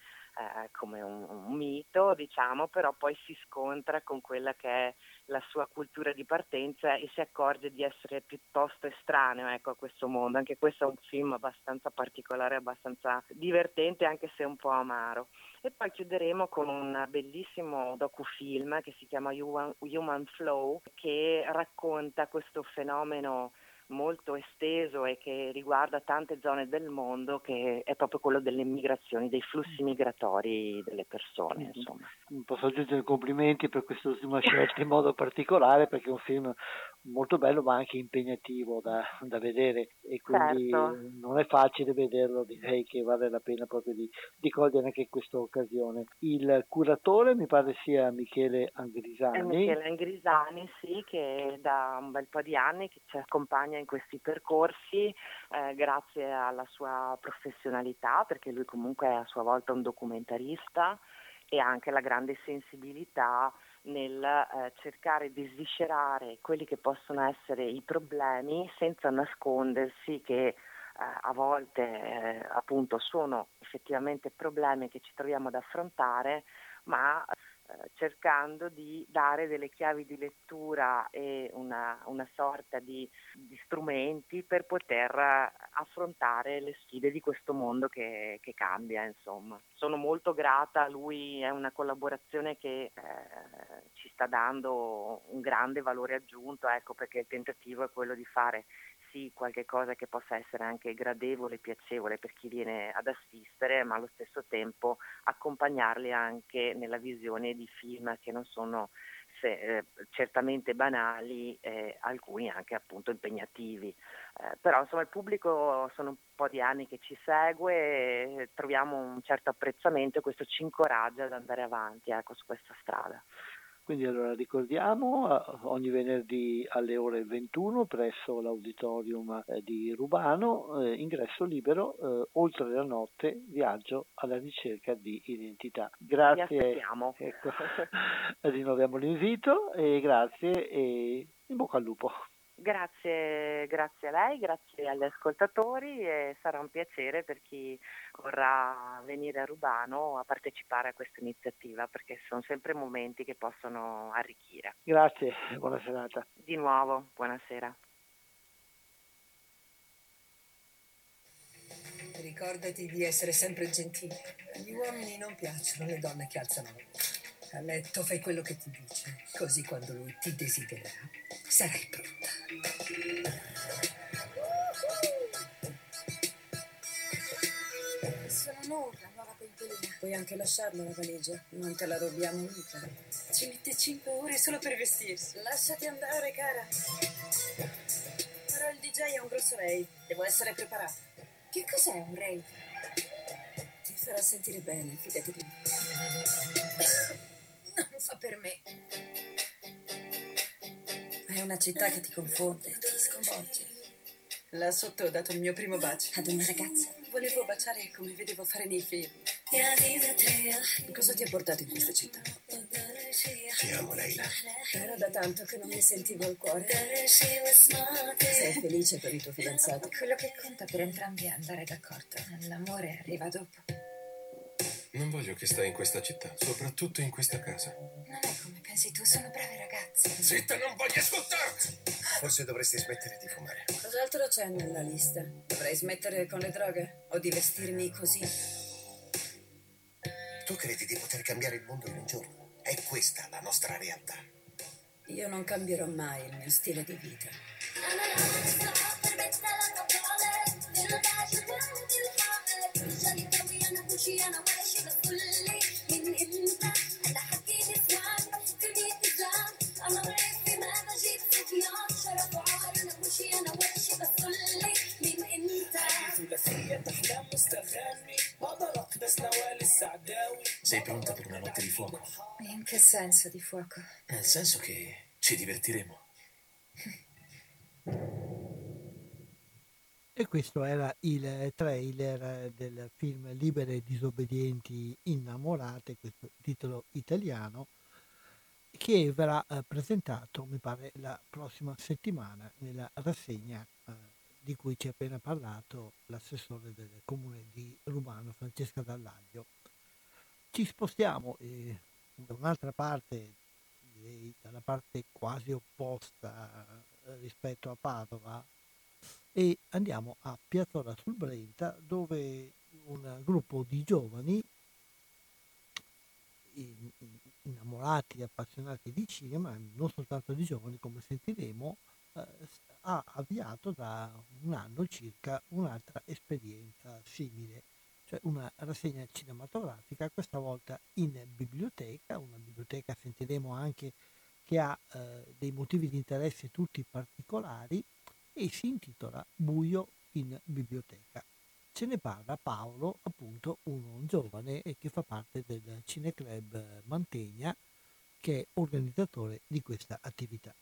un mito, diciamo, però poi si scontra con quella che è la sua cultura di partenza e si accorge di essere piuttosto estraneo, ecco, a questo mondo. Anche questo è un film abbastanza particolare, abbastanza divertente, anche se un po' amaro. E poi chiuderemo con un bellissimo docufilm che si chiama Human Flow, che racconta questo fenomeno molto esteso e che riguarda tante zone del mondo, che è proprio quello delle migrazioni, dei flussi migratori delle persone, insomma. Posso aggiungere complimenti per questa ultima scelta in modo particolare, perché è un film molto bello ma anche impegnativo da vedere, e quindi Certo. non è facile vederlo. Direi che vale la pena proprio di cogliere anche questa occasione. Il curatore mi pare sia Michele Angrisani. È Michele Angrisani, sì, che da un bel po' di anni che ci accompagna in questi percorsi, grazie alla sua professionalità, perché lui comunque è a sua volta un documentarista, e anche la grande sensibilità nel cercare di sviscerare quelli che possono essere i problemi senza nascondersi che a volte appunto sono effettivamente problemi che ci troviamo ad affrontare, ma cercando di dare delle chiavi di lettura e una sorta di strumenti per poter affrontare le sfide di questo mondo che cambia, insomma. Sono molto grata a lui, è una collaborazione che ci sta dando un grande valore aggiunto, ecco, perché il tentativo è quello di fare sì qualche cosa che possa essere anche gradevole e piacevole per chi viene ad assistere, ma allo stesso tempo accompagnarli anche nella visione di film che non sono certamente banali, alcuni anche appunto impegnativi. Però insomma il pubblico sono un po' di anni che ci segue, troviamo un certo apprezzamento e questo ci incoraggia ad andare avanti, ecco, su questa strada. Quindi allora ricordiamo, ogni venerdì alle ore 21 presso l'auditorium di Rubano, ingresso libero, oltre la notte, viaggio alla ricerca di identità. Grazie, vi aspettiamo. Ecco, rinnoviamo l'invito e grazie e in bocca al lupo. Grazie a lei, grazie agli ascoltatori, e sarà un piacere per chi vorrà venire a Rubano a partecipare a questa iniziativa, perché sono sempre momenti che possono arricchire. Grazie, buona serata. Di nuovo, buonasera. Ricordati di essere sempre gentile. Agli uomini non piacciono le donne che alzano la voce. A letto fai quello che ti dice, così quando lui ti desidererà sarai pronta. Sono nuova, nuova coinquilina. Puoi anche lasciarla la valigia, non te la rubiamo mica. Ci mette 5 ore solo per vestirsi. Lasciati andare, cara. Però il DJ è un grosso rave, devo essere preparata. Che cos'è un rave? Ti farà sentire bene, fidati di me. Non È una città che ti confonde, ti sconvolge. Là sotto ho dato il mio primo bacio ad una ragazza. Volevo baciare come vedevo fare nei film. Cosa ti ha portato in questa città? Ti amo, Leila. Era da tanto che non mi sentivo al cuore. Sei felice per il tuo fidanzato? Quello che conta per entrambi è andare d'accordo. L'amore arriva dopo. Non voglio che stai in questa città, soprattutto in questa casa. Non è come pensi tu, sono brave ragazze. Zitta, non voglio ascoltarti! Forse dovresti smettere di fumare. Cos'altro c'è nella lista? Dovrei smettere con le droghe? O di vestirmi così? Tu credi di poter cambiare il mondo in un giorno? È questa la nostra realtà. Io non cambierò mai il mio stile di vita. Sei pronta per una notte di fuoco? In che senso di fuoco? Nel senso che ci divertiremo. E questo era il trailer del film Libere e disobbedienti innamorate, questo titolo italiano, che verrà presentato, mi pare, la prossima settimana nella rassegna di cui ci ha appena parlato l'assessore del comune di Rubano, Francesca Dallaglio. Ci spostiamo da un'altra parte, direi dalla parte quasi opposta rispetto a Padova, e andiamo a Piazzola sul Brenta, dove un gruppo di giovani innamorati, appassionati di cinema, non soltanto di giovani come sentiremo, ha avviato da un anno circa un'altra esperienza simile, cioè una rassegna cinematografica, questa volta in biblioteca, una biblioteca, sentiremo anche, che ha dei motivi di interesse tutti particolari, e si intitola Buio in biblioteca. Ce ne parla Paolo, appunto un giovane che fa parte del Cineclub Mantegna, che è organizzatore di questa attività.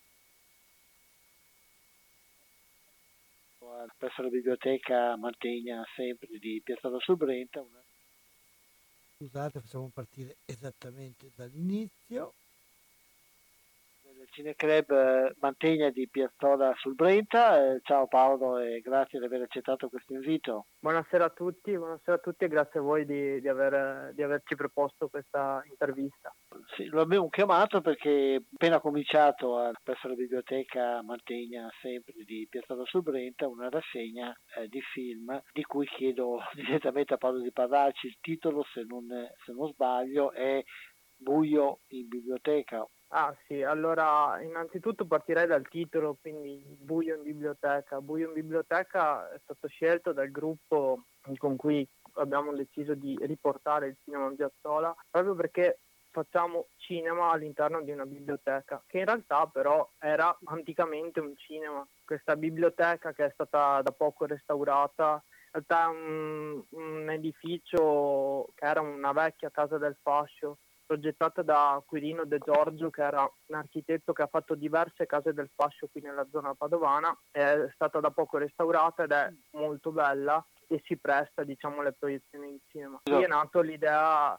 Presso la biblioteca Mantegna, sempre di Piazzola sul Brenta. Scusate, facciamo partire esattamente dall'inizio. Il Cineclub Mantegna di Piazzola sul Brenta. Ciao Paolo e grazie di aver accettato questo invito. Buonasera a tutti e grazie a voi di averci proposto questa intervista. Sì, lo abbiamo chiamato perché appena cominciato presso la biblioteca Mantegna, sempre di Piazzola sul Brenta, una rassegna di film di cui chiedo direttamente a Paolo di parlarci. Il titolo, se non sbaglio, è Buio in biblioteca. Ah sì, allora innanzitutto partirei dal titolo, quindi Buio in biblioteca. Buio in biblioteca è stato scelto dal gruppo con cui abbiamo deciso di riportare il cinema in Piazzola, proprio perché facciamo cinema all'interno di una biblioteca, che in realtà però era anticamente un cinema. Questa biblioteca, che è stata da poco restaurata, in realtà è un edificio che era una vecchia casa del fascio, progettata da Quirino De Giorgio, che era un architetto che ha fatto diverse case del fascio qui nella zona padovana. È stata da poco restaurata ed è molto bella e si presta, diciamo, alle proiezioni di cinema. Qui è nato l'idea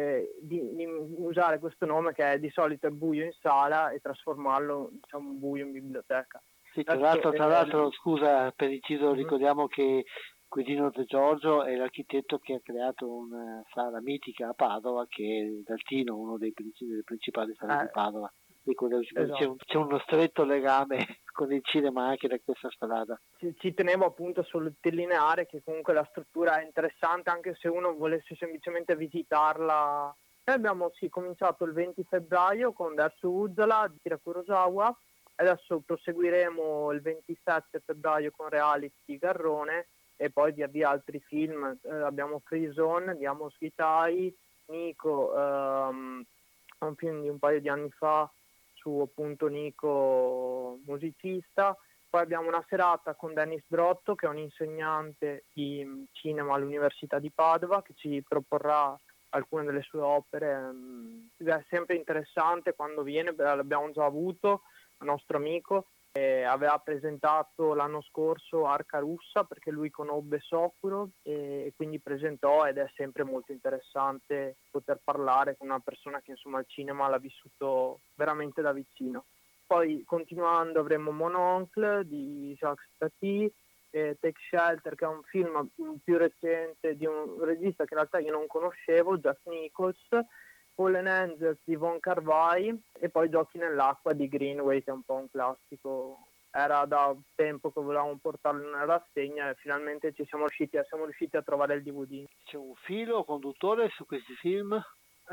di usare questo nome, che è di solito è buio in sala, e trasformarlo, diciamo, buio in biblioteca. Sì, tra l'altro, scusa per inciso, ricordiamo che Quirino De Giorgio è l'architetto che ha creato una sala mitica a Padova, che è il Daltino, uno delle principali sale di Padova. Esatto. C'è uno stretto legame con il cinema anche da questa strada. Ci tenevo appunto a sottolineare che comunque la struttura è interessante, anche se uno volesse semplicemente visitarla. Noi abbiamo cominciato il 20 febbraio con Dersu Uzzala di Akira Kurosawa, adesso proseguiremo il 27 febbraio con Reality di Garrone, e poi via via altri film. Abbiamo Free Zone di Amos Ghitai, Nico, un film di un paio di anni fa su appunto Nico musicista. Poi abbiamo una serata con Dennis Brotto, che è un insegnante di cinema all'Università di Padova, che ci proporrà alcune delle sue opere. È sempre interessante quando viene, l'abbiamo già avuto, nostro amico, aveva presentato l'anno scorso Arca Russa perché lui conobbe Sokuro e quindi presentò, ed è sempre molto interessante poter parlare con una persona che insomma il cinema l'ha vissuto veramente da vicino. Poi continuando avremo Mon Oncle di Jacques Tati, Take Shelter, che è un film più recente di un regista che in realtà io non conoscevo, Jack Nichols, Fallen Angels di Von Kar-wai e poi Giochi nell'acqua di Greenway, che è un po' un classico. Era da tempo che volevamo portarlo in rassegna e finalmente siamo riusciti a trovare il DVD. C'è un filo conduttore su questi film?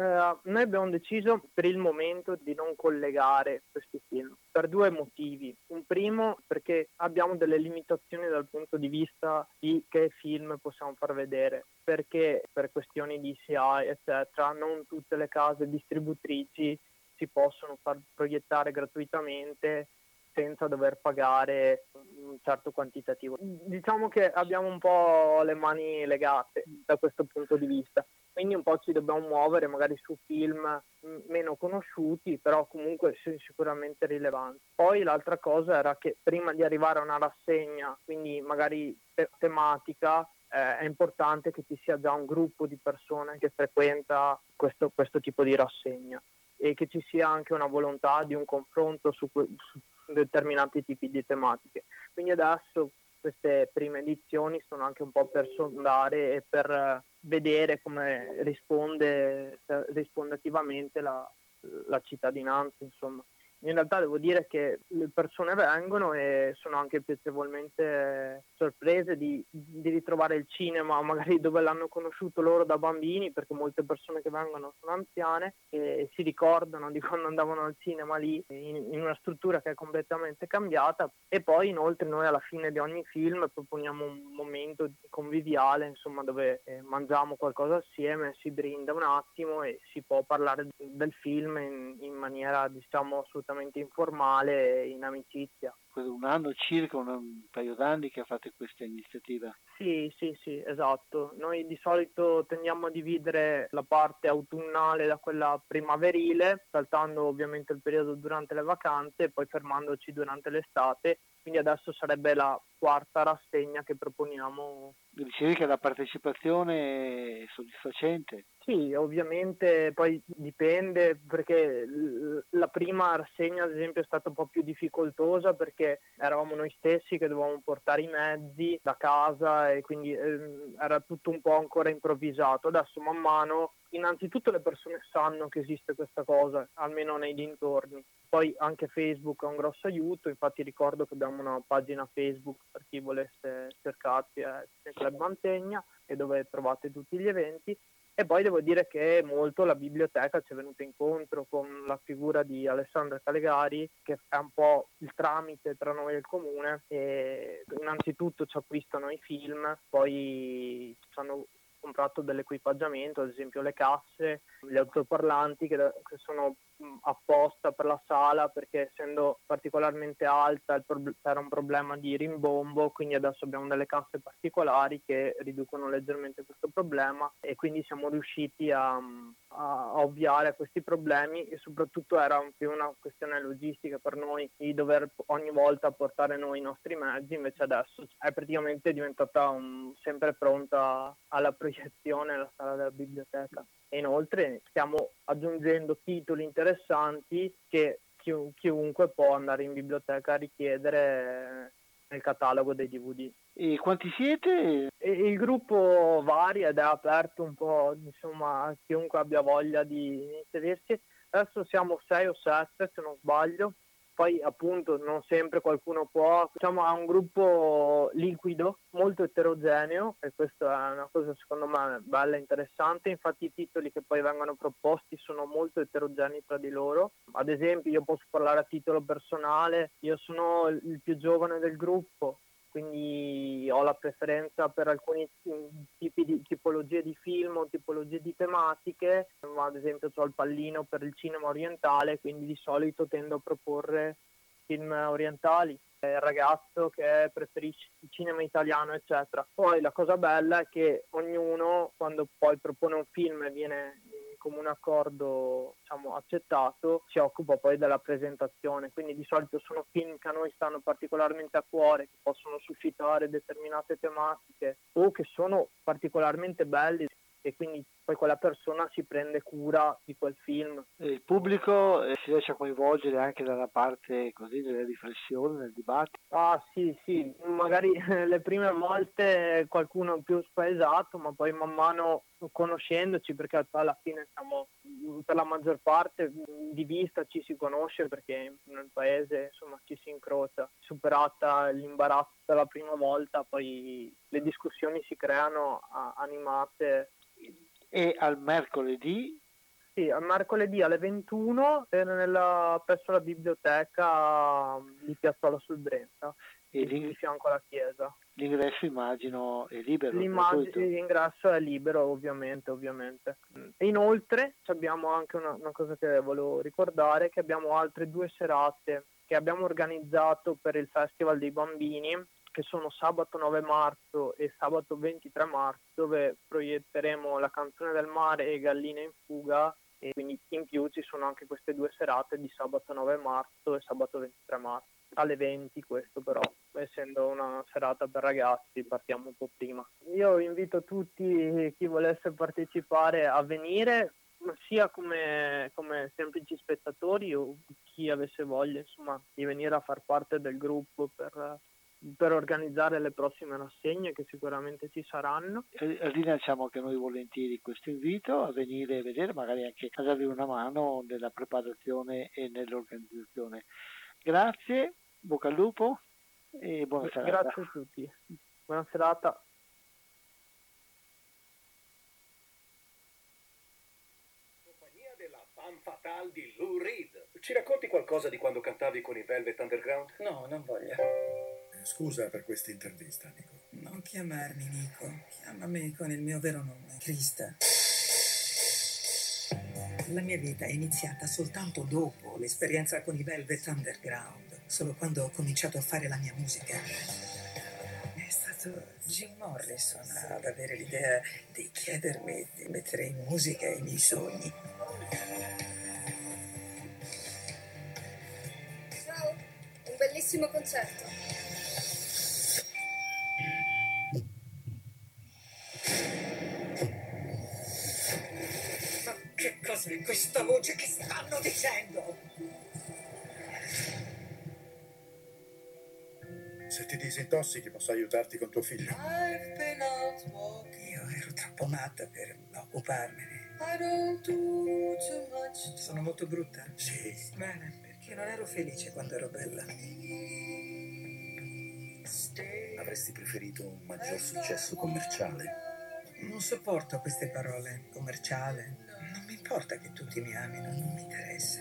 Noi abbiamo deciso per il momento di non collegare questi film per due motivi. Un primo, perché abbiamo delle limitazioni dal punto di vista di che film possiamo far vedere, perché per questioni di CI eccetera non tutte le case distributrici si possono far proiettare gratuitamente senza dover pagare un certo quantitativo. Diciamo che abbiamo un po' le mani legate da questo punto di vista. Quindi un po' ci dobbiamo muovere magari su film meno conosciuti, però comunque sicuramente rilevanti. Poi l'altra cosa era che prima di arrivare a una rassegna, quindi magari tematica, è importante che ci sia già un gruppo di persone che frequenta questo tipo di rassegna e che ci sia anche una volontà di un confronto su determinati tipi di tematiche. Quindi adesso queste prime edizioni sono anche un po' per sondare e per vedere come risponde attivamente la cittadinanza, insomma. In realtà devo dire che le persone vengono e sono anche piacevolmente sorprese di ritrovare il cinema magari dove l'hanno conosciuto loro da bambini, perché molte persone che vengono sono anziane e si ricordano di quando andavano al cinema lì in una struttura che è completamente cambiata. E poi inoltre noi alla fine di ogni film proponiamo un momento conviviale, insomma, dove mangiamo qualcosa assieme, si brinda un attimo e si può parlare del film in maniera, diciamo, assolutamente informale e in amicizia. Per un anno circa, un paio d'anni che fate questa iniziativa. Sì, esatto. Noi di solito tendiamo a dividere la parte autunnale da quella primaverile, saltando ovviamente il periodo durante le vacanze e poi fermandoci durante l'estate. Quindi adesso sarebbe la quarta rassegna che proponiamo. Dicevi che la partecipazione è soddisfacente? Sì, ovviamente poi dipende, perché la prima rassegna ad esempio è stata un po' più difficoltosa perché eravamo noi stessi che dovevamo portare i mezzi da casa e quindi era tutto un po' ancora improvvisato. Adesso man mano innanzitutto le persone sanno che esiste questa cosa, almeno nei dintorni. Poi anche Facebook è un grosso aiuto, infatti ricordo che abbiamo una pagina Facebook per chi volesse cercarci, è Club Mantegna, e dove trovate tutti gli eventi. E poi devo dire che molto la biblioteca ci è venuta incontro con la figura di Alessandra Calegari, che è un po' il tramite tra noi e il comune, e innanzitutto ci acquistano i film, poi ci hanno comprato dell'equipaggiamento, ad esempio le casse, gli altoparlanti che sono apposta per la sala, perché essendo particolarmente alta era un problema di rimbombo, quindi adesso abbiamo delle casse particolari che riducono leggermente questo problema e quindi siamo riusciti a ovviare a questi problemi, e soprattutto era più una questione logistica per noi di dover ogni volta portare noi i nostri mezzi, invece adesso è praticamente diventata sempre pronta alla proiezione la sala della biblioteca. E inoltre stiamo aggiungendo titoli interessanti che chiunque può andare in biblioteca a richiedere nel catalogo dei DVD. E quanti siete? Il gruppo varia ed è aperto un po', insomma, a chiunque abbia voglia di inserirsi. Adesso siamo 6 o 7 se non sbaglio. Poi appunto non sempre qualcuno può, diciamo, ha un gruppo liquido, molto eterogeneo, e questa è una cosa secondo me bella e interessante. Infatti i titoli che poi vengono proposti sono molto eterogenei tra di loro. Ad esempio io posso parlare a titolo personale, io sono il più giovane del gruppo, quindi ho la preferenza per alcuni tipi di tipologie di film o tipologie di tematiche, ma ad esempio ho il pallino per il cinema orientale, quindi di solito tendo a proporre film orientali. Il ragazzo che preferisce il cinema italiano, eccetera. Poi la cosa bella è che ognuno, quando poi propone un film e viene comune accordo, diciamo, accettato, si occupa poi della presentazione. Quindi di solito sono film che a noi stanno particolarmente a cuore, che possono suscitare determinate tematiche o che sono particolarmente belli, e quindi poi quella persona si prende cura di quel film. Il pubblico si riesce a coinvolgere anche dalla parte così delle riflessioni, del dibattito. Ah sì, magari le prime volte qualcuno è più spaesato, ma poi man mano conoscendoci, perché alla fine siamo per la maggior parte di vista, ci si conosce perché nel paese insomma ci si incrocia. Superata l'imbarazzo della prima volta, poi le discussioni si creano animate. E al mercoledì? Sì, al mercoledì alle 21 presso la biblioteca di Piazzola sul Brenta, di fianco alla chiesa. L'ingresso immagino è libero? L'ingresso è libero ovviamente. E inoltre abbiamo anche una cosa che volevo ricordare, che abbiamo altre 2 serate che abbiamo organizzato per il Festival dei Bambini, che sono sabato 9 marzo e sabato 23 marzo, dove proietteremo La canzone del mare e Galline in fuga, e quindi in più ci sono anche queste 2 serate di sabato 9 marzo e sabato 23 marzo, alle 20 questo però, essendo una serata per ragazzi partiamo un po' prima. Io invito tutti, chi volesse partecipare, a venire, sia come semplici spettatori o chi avesse voglia insomma di venire a far parte del gruppo per organizzare le prossime rassegne che sicuramente ci saranno. Rilanciamo anche noi volentieri questo invito a venire a vedere, magari anche a darvi una mano nella preparazione e nell'organizzazione. Grazie, bocca al lupo e buona serata. Grazie a tutti, buona serata. Compagnia della Femme Fatale di Lou Reed. Ci racconti qualcosa di quando cantavi con i Velvet Underground? No, non voglio. Scusa per questa intervista, Nico. Non chiamarmi Nico, chiamami con il mio vero nome, Krista. La mia vita è iniziata soltanto dopo l'esperienza con i Velvet Underground, solo quando ho cominciato a fare la mia musica. È stato Jim Morrison ad avere l'idea di chiedermi di mettere in musica i miei sogni. Ciao, un bellissimo concerto. Che cos'è questa voce che stanno dicendo? Se ti disintossichi posso aiutarti con tuo figlio. Io ero troppo matta per occuparmene. Sono molto brutta? Sì. Bene, perché non ero felice quando ero bella. Avresti preferito un maggior successo commerciale? Non sopporto queste parole. Commerciale. Non mi importa che tutti mi amino, non mi interessa.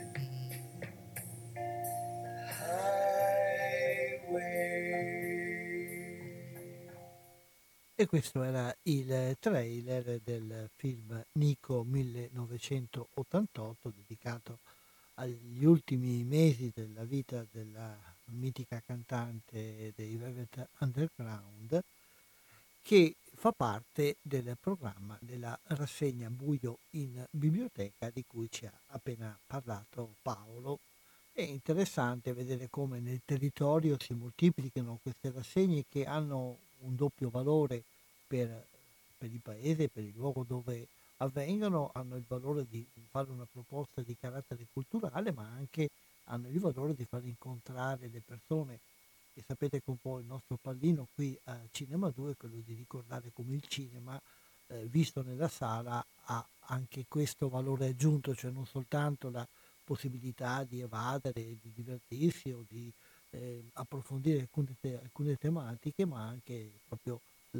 E questo era il trailer del film Nico 1988, dedicato agli ultimi mesi della vita della mitica cantante dei Velvet Underground, che fa parte del programma della rassegna Buio in biblioteca di cui ci ha appena parlato Paolo. È interessante vedere come nel territorio si moltiplichino queste rassegne che hanno un doppio valore per il paese, per il luogo dove avvengono, hanno il valore di fare una proposta di carattere culturale, ma anche hanno il valore di far incontrare le persone. E sapete che un po' il nostro pallino qui a Cinema 2 è quello di ricordare come il cinema, visto nella sala, ha anche questo valore aggiunto, cioè non soltanto la possibilità di evadere, di divertirsi o di approfondire alcune tematiche, ma anche proprio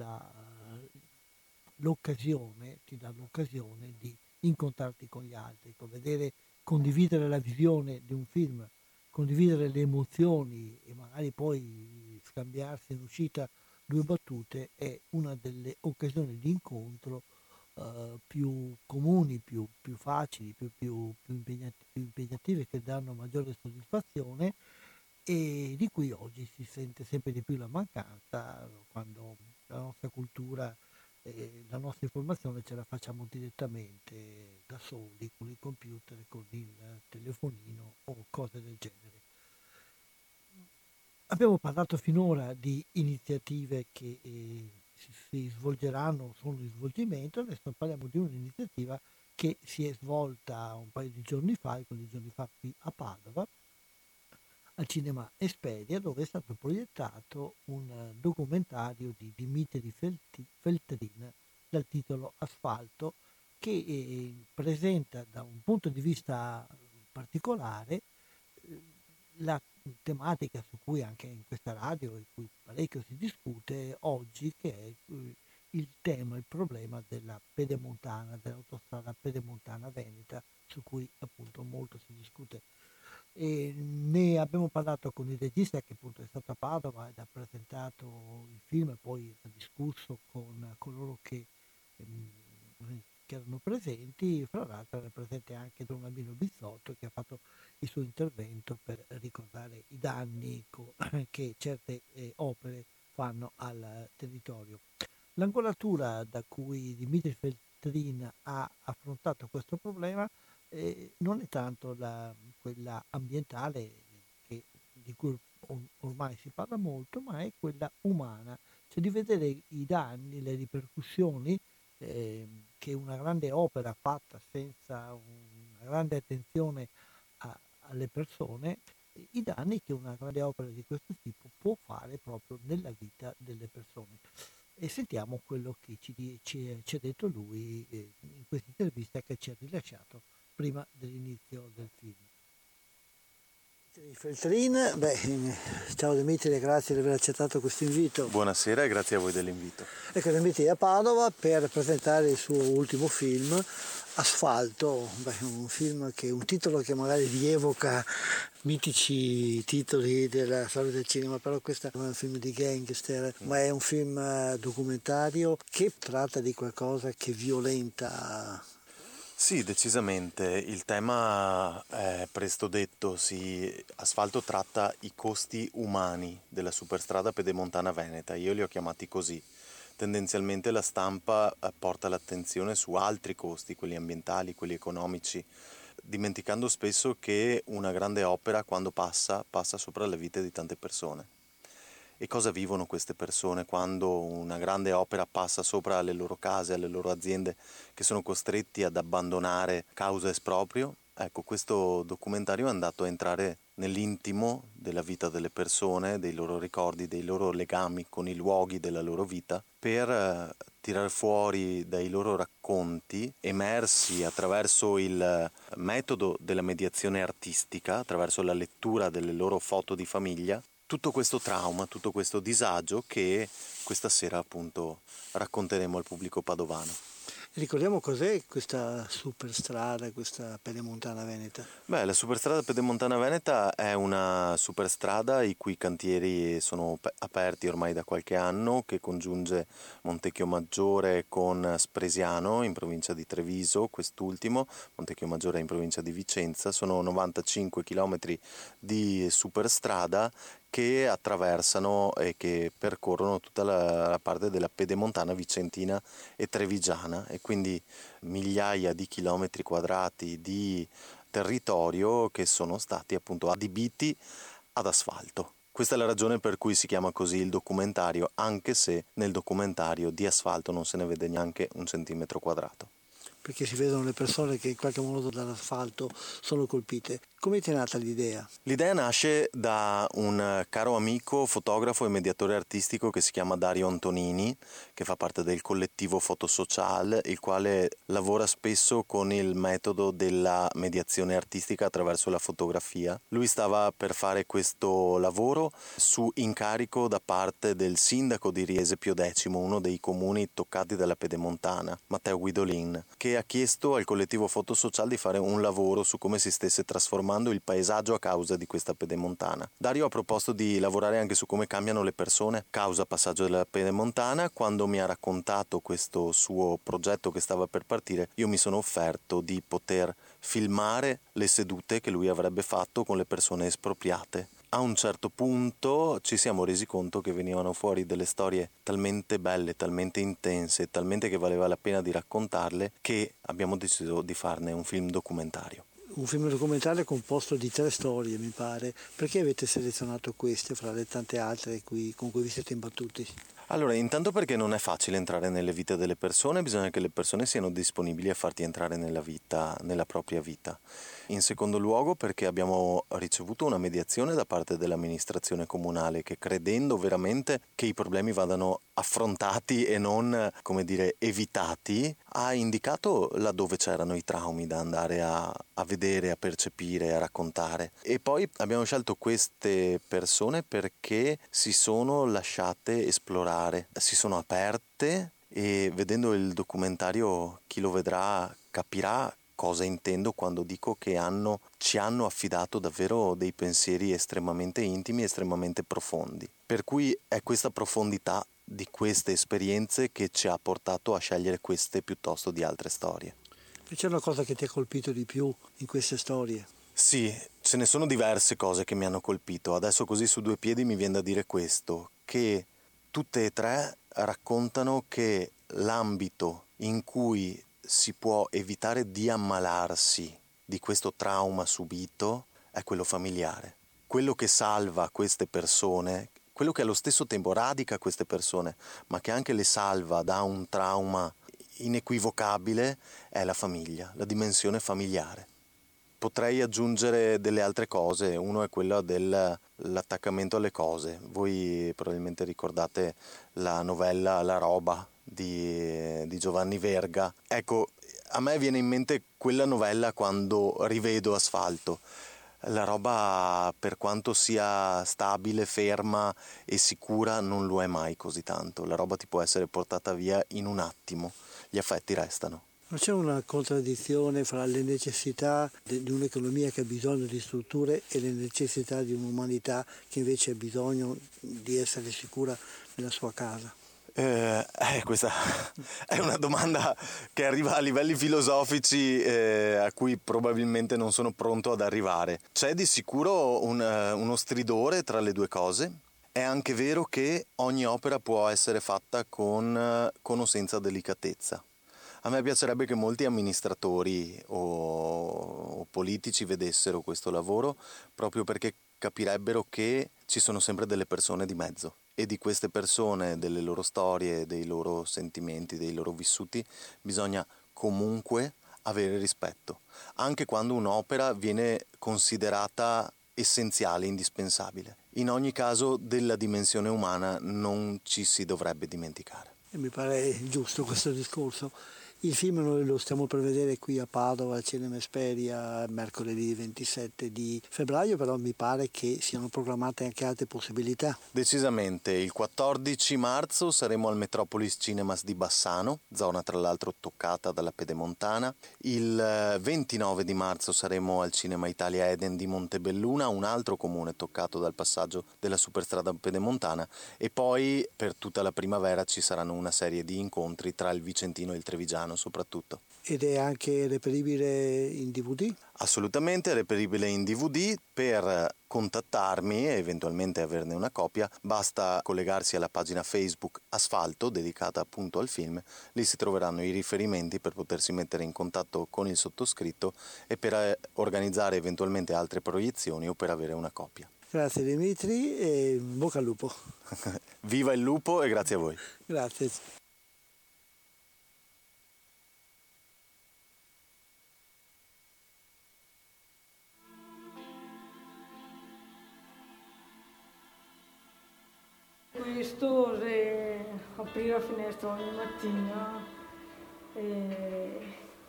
l'occasione, ti dà l'occasione di incontrarti con gli altri, condividere la visione di un film, condividere le emozioni e magari poi scambiarsi in uscita 2 battute è una delle occasioni di incontro più comuni, più facili, più impegnative, che danno maggiore soddisfazione e di cui oggi si sente sempre di più la mancanza, quando la nostra cultura la nostra informazione ce la facciamo direttamente da soli, con il computer, con il telefonino o cose del genere. Abbiamo parlato finora di iniziative che si svolgeranno, sono in svolgimento. Adesso parliamo di un'iniziativa che si è svolta un paio di giorni fa, alcuni giorni fa qui a Padova, al Cinema Espedia, dove è stato proiettato un documentario di Dimitri Feltrin dal titolo Asfalto, che presenta da un punto di vista particolare la tematica su cui anche in questa radio, in cui parecchio si discute oggi, che è il tema, il problema della pedemontana, dell'autostrada pedemontana veneta, su cui appunto molto si discute. E ne abbiamo parlato con il regista, che appunto è stato a Padova ed ha presentato il film, e poi ha discusso con coloro che erano presenti. Fra l'altro era presente anche Don Albino Bizzotto, che ha fatto il suo intervento per ricordare i danni che certe opere fanno al territorio. L'angolatura da cui Dimitri Feltrin ha affrontato questo problema non è tanto quella ambientale, di cui ormai si parla molto, ma è quella umana, cioè di vedere i danni, le ripercussioni che una grande opera fatta senza una grande attenzione alle persone, i danni che una grande opera di questo tipo può fare proprio nella vita delle persone. E sentiamo quello che ci ha detto lui in questa intervista che ci ha rilasciato prima dell'inizio del film. Feltrin, ciao Dimitri, grazie di aver accettato questo invito. Buonasera e grazie a voi dell'invito. Ecco, Dimitri a Padova per presentare il suo ultimo film, Asfalto, un film un titolo che magari rievoca mitici titoli della storia del cinema, però questo non è un film di gangster, ma è un film documentario che tratta di qualcosa che violenta. Sì, decisamente. Il tema è presto detto. Asfalto tratta i costi umani della superstrada pedemontana veneta. Io li ho chiamati così. Tendenzialmente la stampa porta l'attenzione su altri costi, quelli ambientali, quelli economici, dimenticando spesso che una grande opera, quando passa sopra le vite di tante persone. E cosa vivono queste persone quando una grande opera passa sopra le loro case, alle loro aziende, che sono costretti ad abbandonare causa esproprio? Ecco, questo documentario è andato a entrare nell'intimo della vita delle persone, dei loro ricordi, dei loro legami con i luoghi della loro vita, per tirare fuori dai loro racconti, emersi attraverso il metodo della mediazione artistica, attraverso la lettura delle loro foto di famiglia, tutto questo trauma, tutto questo disagio che questa sera appunto racconteremo al pubblico padovano. Ricordiamo cos'è questa superstrada, questa pedemontana veneta? La superstrada pedemontana veneta è una superstrada i cui cantieri sono aperti ormai da qualche anno, che congiunge Montecchiomaggiore con Spresiano in provincia di Treviso, quest'ultimo. Montecchiomaggiore è in provincia di Vicenza. Sono 95 km di superstrada che attraversano e che percorrono tutta la parte della pedemontana vicentina e trevigiana, e quindi migliaia di chilometri quadrati di territorio che sono stati appunto adibiti ad asfalto. Questa è la ragione per cui si chiama così il documentario, anche se nel documentario di asfalto non se ne vede neanche un centimetro quadrato. Perché si vedono le persone che in qualche modo dall'asfalto sono colpite. Come ti è nata l'idea? L'idea nasce da un caro amico, fotografo e mediatore artistico che si chiama Dario Antonini, che fa parte del collettivo Fotosocial, il quale lavora spesso con il metodo della mediazione artistica attraverso la fotografia. Lui stava per fare questo lavoro su incarico da parte del sindaco di Riese Pio X, uno dei comuni toccati dalla pedemontana, Matteo Guidolin, che ha chiesto al collettivo Fotosocial di fare un lavoro su come si stesse trasformando il paesaggio a causa di questa pedemontana. Dario ha proposto di lavorare anche su come cambiano le persone causa passaggio della pedemontana. Quando mi ha raccontato questo suo progetto che stava per partire, io mi sono offerto di poter filmare le sedute che lui avrebbe fatto con le persone espropriate a un certo punto ci siamo resi conto che venivano fuori delle storie talmente belle, talmente intense, talmente che valeva la pena di raccontarle, che abbiamo deciso di farne un film documentario. Un film documentario composto di 3 storie, mi pare. Perché avete selezionato queste fra le tante altre con cui vi siete imbattuti? Allora, intanto perché non è facile entrare nelle vite delle persone, bisogna che le persone siano disponibili a farti entrare nella propria vita. In secondo luogo perché abbiamo ricevuto una mediazione da parte dell'amministrazione comunale che, credendo veramente che i problemi vadano affrontati e non, come dire, evitati, ha indicato laddove c'erano i traumi da andare a vedere, a percepire, a raccontare. E poi abbiamo scelto queste persone perché si sono lasciate esplorare, si sono aperte, e vedendo il documentario chi lo vedrà capirà cosa intendo quando dico che ci hanno affidato davvero dei pensieri estremamente intimi, estremamente profondi. Per cui è questa profondità di queste esperienze che ci ha portato a scegliere queste piuttosto di altre storie. E c'è una cosa che ti ha colpito di più in queste storie? Sì, ce ne sono diverse cose che mi hanno colpito. Adesso così su 2 piedi mi viene da dire questo, che tutte e 3 raccontano che l'ambito in cui si può evitare di ammalarsi di questo trauma subito è quello familiare. Quello che salva queste persone, quello che allo stesso tempo radica queste persone, ma che anche le salva da un trauma inequivocabile, è la famiglia, la dimensione familiare. Potrei aggiungere delle altre cose, uno è quello dell'attaccamento alle cose. Voi probabilmente ricordate la novella La roba di Giovanni Verga. Ecco, a me viene in mente quella novella quando rivedo Asfalto. La roba, per quanto sia stabile, ferma e sicura, non lo è mai così tanto. La roba ti può essere portata via in un attimo, gli affetti restano. Non c'è una contraddizione fra le necessità di un'economia che ha bisogno di strutture e le necessità di un'umanità che invece ha bisogno di essere sicura nella sua casa? Questa è una domanda che arriva a livelli filosofici a cui probabilmente non sono pronto ad arrivare. C'è di sicuro uno stridore tra le due cose. È anche vero che ogni opera può essere fatta con o senza delicatezza. A me piacerebbe che molti amministratori o politici vedessero questo lavoro proprio perché capirebbero che ci sono sempre delle persone di mezzo e di queste persone, delle loro storie, dei loro sentimenti, dei loro vissuti bisogna comunque avere rispetto, anche quando un'opera viene considerata essenziale, indispensabile. In ogni caso della dimensione umana non ci si dovrebbe dimenticare. E mi pare giusto questo discorso. Il film noi lo stiamo per vedere qui a Padova, al Cinema Esperia, mercoledì 27 di febbraio, però mi pare che siano programmate anche altre possibilità. Decisamente, il 14 marzo saremo al Metropolis Cinemas di Bassano, zona tra l'altro toccata dalla Pedemontana. Il 29 di marzo saremo al Cinema Italia Eden di Montebelluna, un altro comune toccato dal passaggio della superstrada Pedemontana, e poi per tutta la primavera ci saranno una serie di incontri tra il Vicentino e il Trevigiano soprattutto. Ed è anche reperibile in DVD? Assolutamente, è reperibile in DVD. Per contattarmi e eventualmente averne una copia basta collegarsi alla pagina Facebook Asfalto dedicata appunto al film. Lì si troveranno i riferimenti per potersi mettere in contatto con il sottoscritto e per organizzare eventualmente altre proiezioni o per avere una copia. Grazie Dimitri e bocca al lupo. Viva il lupo e grazie a voi. Grazie. Questo aprire la finestra ogni mattina e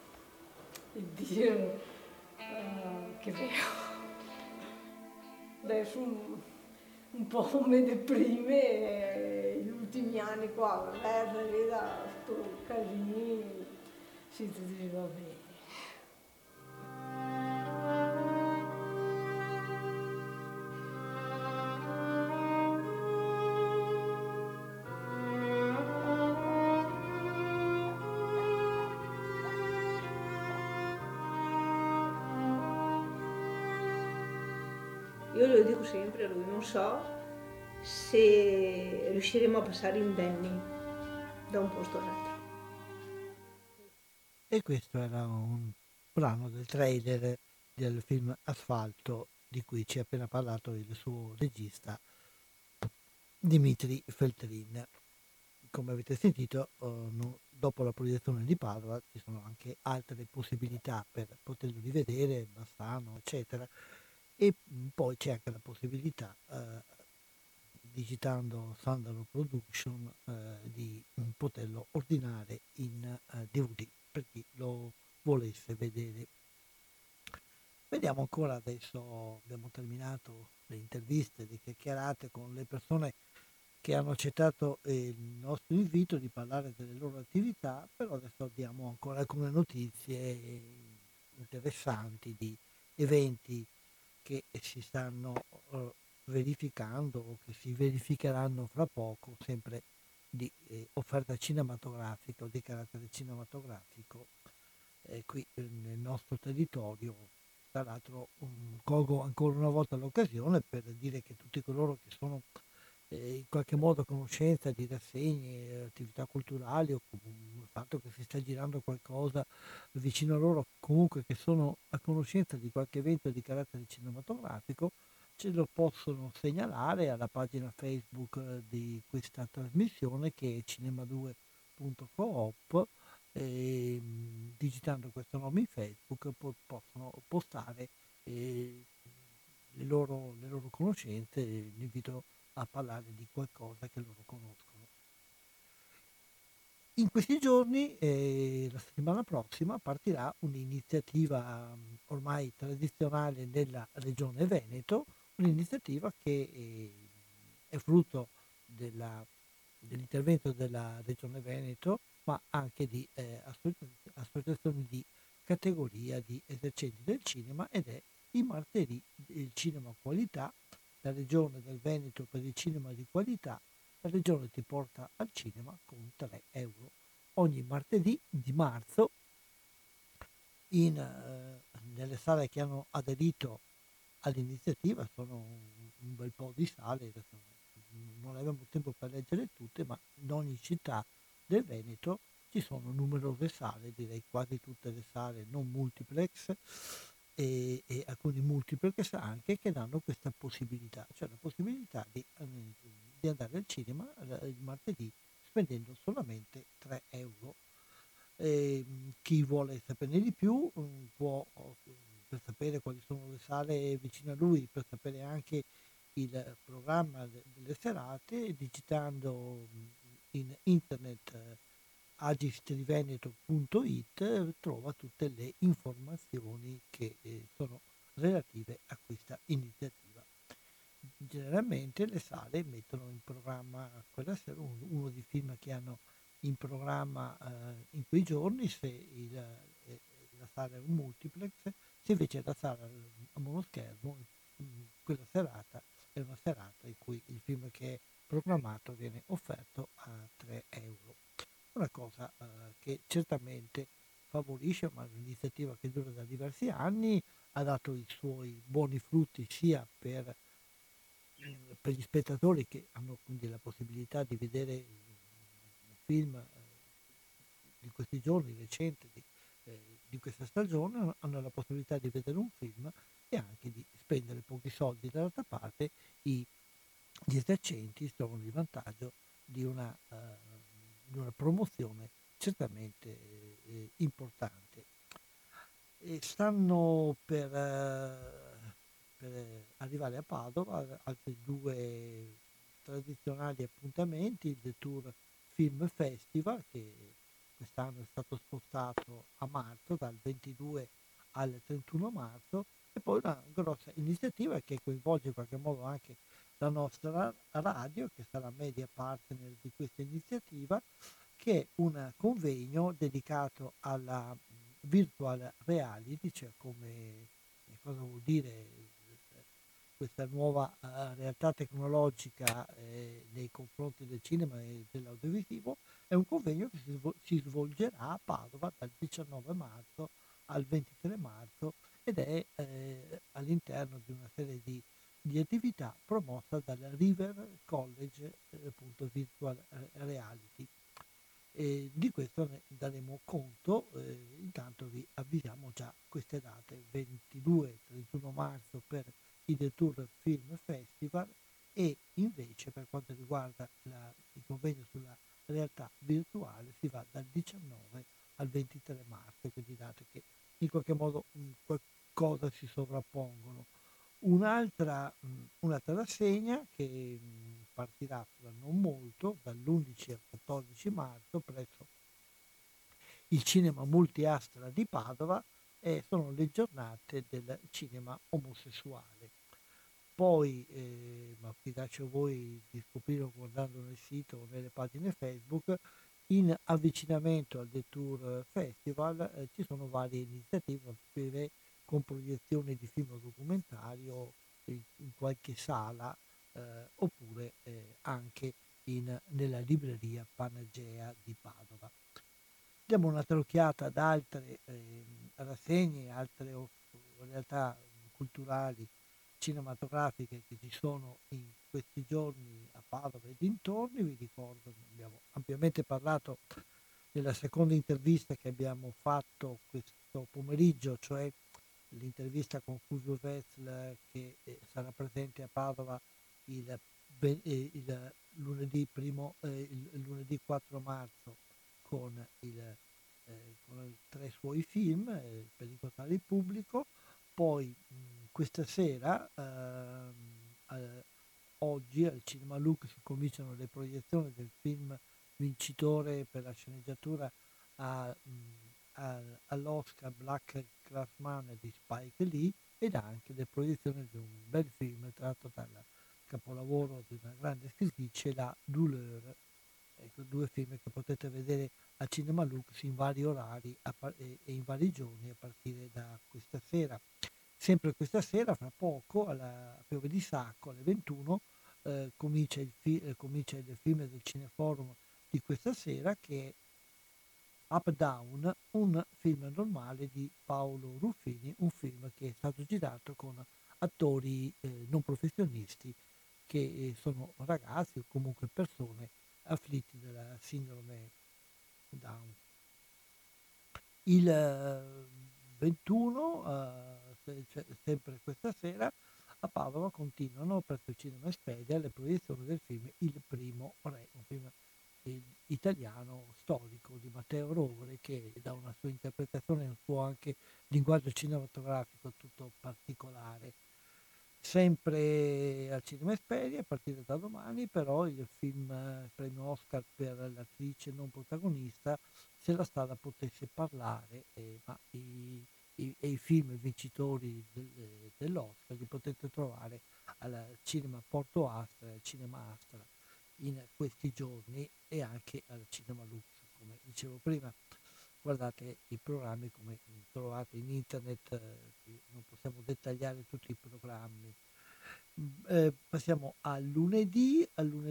dire che vero. Adesso un po' mi deprime gli ultimi anni qua, lì da sto casino, si dice va bene. Io lo dico sempre a lui, non so se riusciremo a passare indenni da un posto all'altro. E questo era un brano del trailer del film Asfalto, di cui ci ha appena parlato il suo regista Dmitry Feltrin. Come avete sentito, dopo la proiezione di Padova ci sono anche altre possibilità per poterlo rivedere, Bassano, eccetera, e poi c'è anche la possibilità, digitando Sandalo Production, di poterlo ordinare in DVD per chi lo volesse vedere. Vediamo ancora adesso, abbiamo terminato le interviste, le chiacchierate con le persone che hanno accettato il nostro invito di parlare delle loro attività, però adesso abbiamo ancora alcune notizie interessanti di eventi che si stanno verificando o che si verificheranno fra poco, sempre di offerta cinematografica o di carattere cinematografico qui nel nostro territorio. Tra l'altro colgo ancora una volta l'occasione per dire che tutti coloro che sono in qualche modo a conoscenza di rassegne, attività culturali o il fatto che si sta girando qualcosa vicino a loro, comunque che sono a conoscenza di qualche evento di carattere cinematografico, ce lo possono segnalare alla pagina Facebook di questa trasmissione, che è cinema2.coop, e digitando questo nome in Facebook possono postare le loro conoscenze. Li invito a parlare di qualcosa che loro conoscono. In questi giorni, la settimana prossima, partirà un'iniziativa ormai tradizionale nella regione Veneto, un'iniziativa che è frutto dell'intervento della regione Veneto, ma anche di associazioni di categoria di esercenti del cinema, ed è i martedì del cinema qualità. La regione del Veneto per il cinema di qualità, la regione ti porta al cinema con 3 euro ogni martedì di marzo nelle sale che hanno aderito all'iniziativa. Sono un bel po' di sale, adesso non abbiamo tempo per leggere tutte, ma in ogni città del Veneto ci sono numerose sale, direi quasi tutte le sale non multiplex, e alcuni multiplex anche, che danno questa possibilità, cioè la possibilità di andare al cinema il martedì spendendo solamente 3 euro. Chi vuole saperne di più può, per sapere quali sono le sale vicine a lui, per sapere anche il programma delle serate, digitando in internet agistriveneto.it trova tutte le informazioni che sono relative a questa iniziativa. Generalmente le sale mettono in programma quella sera uno dei film che hanno in programma in quei giorni, se la sala è un multiplex. Se invece la sala a monoschermo, quella serata è una serata in cui il film che è programmato viene offerto a 3 euro. Una cosa che certamente favorisce, ma un'iniziativa che dura da diversi anni, ha dato i suoi buoni frutti sia per gli spettatori, che hanno quindi la possibilità di vedere un film di questi giorni, recente, di questa stagione, hanno la possibilità di vedere un film e anche di spendere pochi soldi. Dall'altra parte gli esercenti trovano il vantaggio di una promozione certamente importante. E stanno per arrivare a Padova altri 2 tradizionali appuntamenti: il The Tour Film Festival, che quest'anno è stato spostato a marzo, dal 22 al 31 marzo, e poi una grossa iniziativa che coinvolge in qualche modo anche la nostra radio, che sarà media partner di questa iniziativa, che è un convegno dedicato alla virtual reality, cioè cosa vuol dire questa nuova realtà tecnologica nei confronti del cinema e dell'audiovisivo. È un convegno che si svolgerà a Padova dal 19 marzo al 23 marzo ed è all'interno di una serie di di attività promossa dalla River College appunto Virtual Reality. Di questo ne daremo conto, intanto vi avvisiamo già queste date: 22-31 marzo per il Detour Film Festival, e invece per quanto riguarda il convegno sulla realtà virtuale si va dal 19 al 23 marzo, quindi date che in qualche modo qualcosa si sovrappongono. Un'altra rassegna che partirà da non molto, dall'11 al 14 marzo, presso il Cinema Multiastra di Padova, sono le giornate del cinema omosessuale. Poi, ma fidaci a voi di scoprirlo guardando nel sito o nelle pagine Facebook, in avvicinamento al Detour Festival ci sono varie iniziative con proiezioni di film documentario in qualche sala, oppure anche nella libreria Panagea di Padova. Diamo un'altra occhiata ad altre rassegne, altre realtà culturali, cinematografiche che ci sono in questi giorni a Padova e dintorni. Vi ricordo, abbiamo ampiamente parlato nella seconda intervista che abbiamo fatto questo pomeriggio, cioè l'intervista con Fulvio Wessler, che sarà presente a Padova il lunedì 4 marzo con 3 suoi film per incontrare il pubblico. Poi questa sera, oggi al Cinema Lux cominciano le proiezioni del film vincitore per la sceneggiatura all'Oscar Black Clansman di Spike Lee, ed anche le proiezioni di un bel film tratto dal capolavoro di una grande scrittrice, la Douleur. Ecco, 2 film che potete vedere al Cinema Lux in vari orari e in vari giorni a partire da questa sera. Sempre questa sera, fra poco, a Pieve di Sacco alle 21, comincia il film del Cineforum di questa sera, che è Up Down, un film normale di Paolo Ruffini, un film che è stato girato con attori non professionisti, che sono ragazzi o comunque persone afflitti dalla sindrome Down. Il 21, sempre questa sera, a Padova continuano presso il Cinema Espedia le proiezioni del film Il Primo Re, un film italiano storico di Matteo Rovere, che dà una sua interpretazione e un suo anche linguaggio cinematografico tutto particolare. Sempre al Cinema Espedia, a partire da domani, però il film premio Oscar per l'attrice non protagonista, se la strada potesse parlare, ma i film vincitori dell'Oscar li potete trovare al Cinema Porto Astra e al Cinema Astra in questi giorni, e anche al Cinema Lux, come dicevo prima. Guardate i programmi come trovate in internet, non possiamo dettagliare tutti i programmi. Passiamo al lunedì.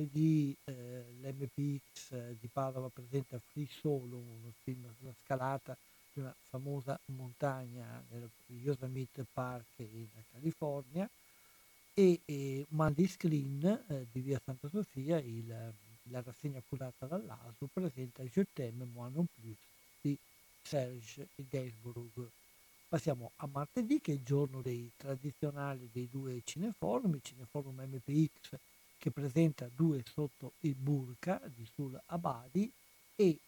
L'MPX di Padova presenta Free Solo, uno film sulla scalata di una famosa montagna nel Yosemite Park in California, e Monday Screen di Via Santa Sofia, la rassegna curata dall'ASU, presenta Je t'aime moi non plus di Serge Gainsbourg. Passiamo a martedì, che è il giorno dei tradizionali dei 2 cineforum, il Cineforum MPX, che presenta Due sotto il burka di Sul Abadi, e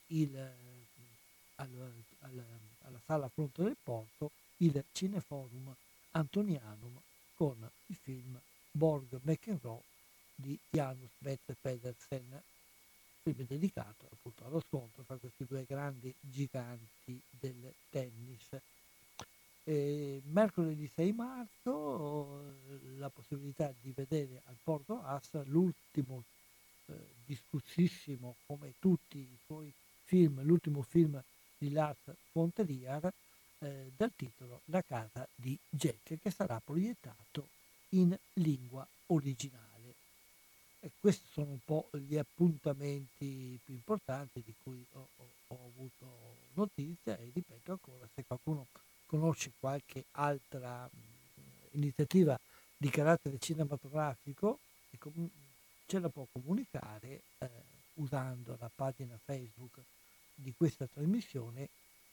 alla sala Fronte del Porto il Cineforum Antonianum con il film Borg McEnroe di Janus Beth Pedersen, film dedicato appunto allo scontro tra questi 2 grandi giganti del tennis. Mercoledì 6 marzo la possibilità di vedere al Porto Astra l'ultimo discussissimo, come tutti i suoi film, l'ultimo film di Lars von Trier, dal titolo La casa di Jack, che sarà proiettato in lingua originale. E questi sono un po' gli appuntamenti più importanti di cui ho avuto notizia, e ripeto ancora, se qualcuno conosce qualche altra iniziativa di carattere cinematografico ce la può comunicare usando la pagina Facebook di questa trasmissione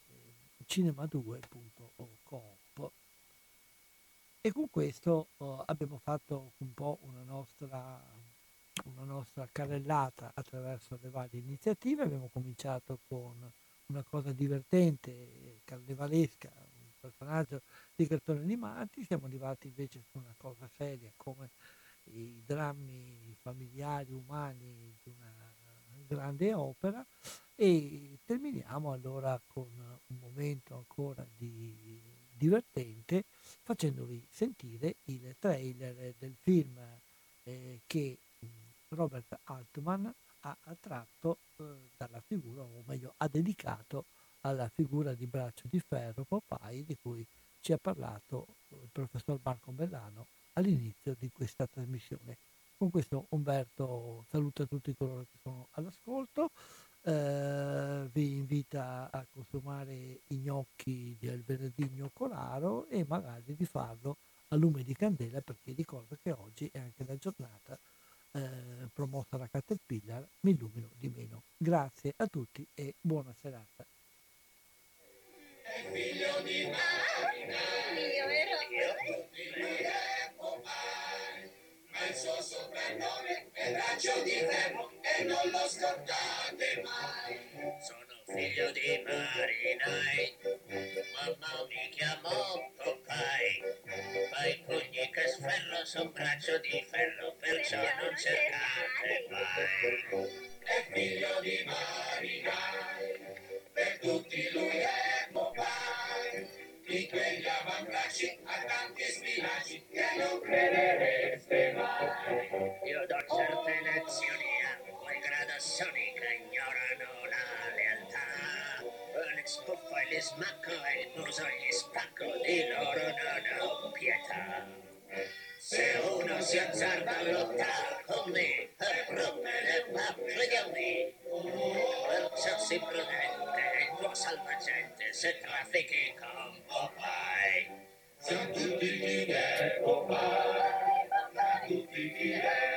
cinema2.coop. E con questo abbiamo fatto un po' una nostra carrellata attraverso le varie iniziative. Abbiamo cominciato con una cosa divertente, carnevalesca, un personaggio di cartoni animati, siamo arrivati invece su una cosa seria come i drammi familiari umani di una grande opera, e terminiamo allora con un momento ancora divertente facendovi sentire il trailer del film che Robert Altman ha tratto dalla figura, o meglio ha dedicato alla figura di Braccio di Ferro Popeye, di cui ci ha parlato il professor Marco Bellano all'inizio di questa trasmissione. Con questo Umberto saluta tutti coloro che sono all'ascolto, vi invita a consumare i gnocchi del venerdì gnoccolaro e magari di farlo a lume di candela, perché ricordo che oggi è anche la giornata promossa da Caterpillar, mi illumino di meno. Grazie a tutti e buona serata. È figlio di Marina, mio eroe, ma il suo soprannome è Braccio di Ferro e non lo scordate mai. Sono figlio di marinai, mamma mi chiamò Popeye, fai pugni che sferro, son braccio di ferro, perciò non cercate mai. È figlio di marinai, per tutti lui è Popeye, di quegli avambracci a tanti spinaci che non credereste mai. Io do certe lezioni a quel grado soni che ignorano la lealtà. Li sbuffo e li smacco e il muso gli spacco, di loro non ho pietà. Se uno si azzarda a lottare con me per rompere le pappole, perciò sii prudente e tuo salvagente se traffichi con Popeye. Siamo tutti di Popeye, tutti di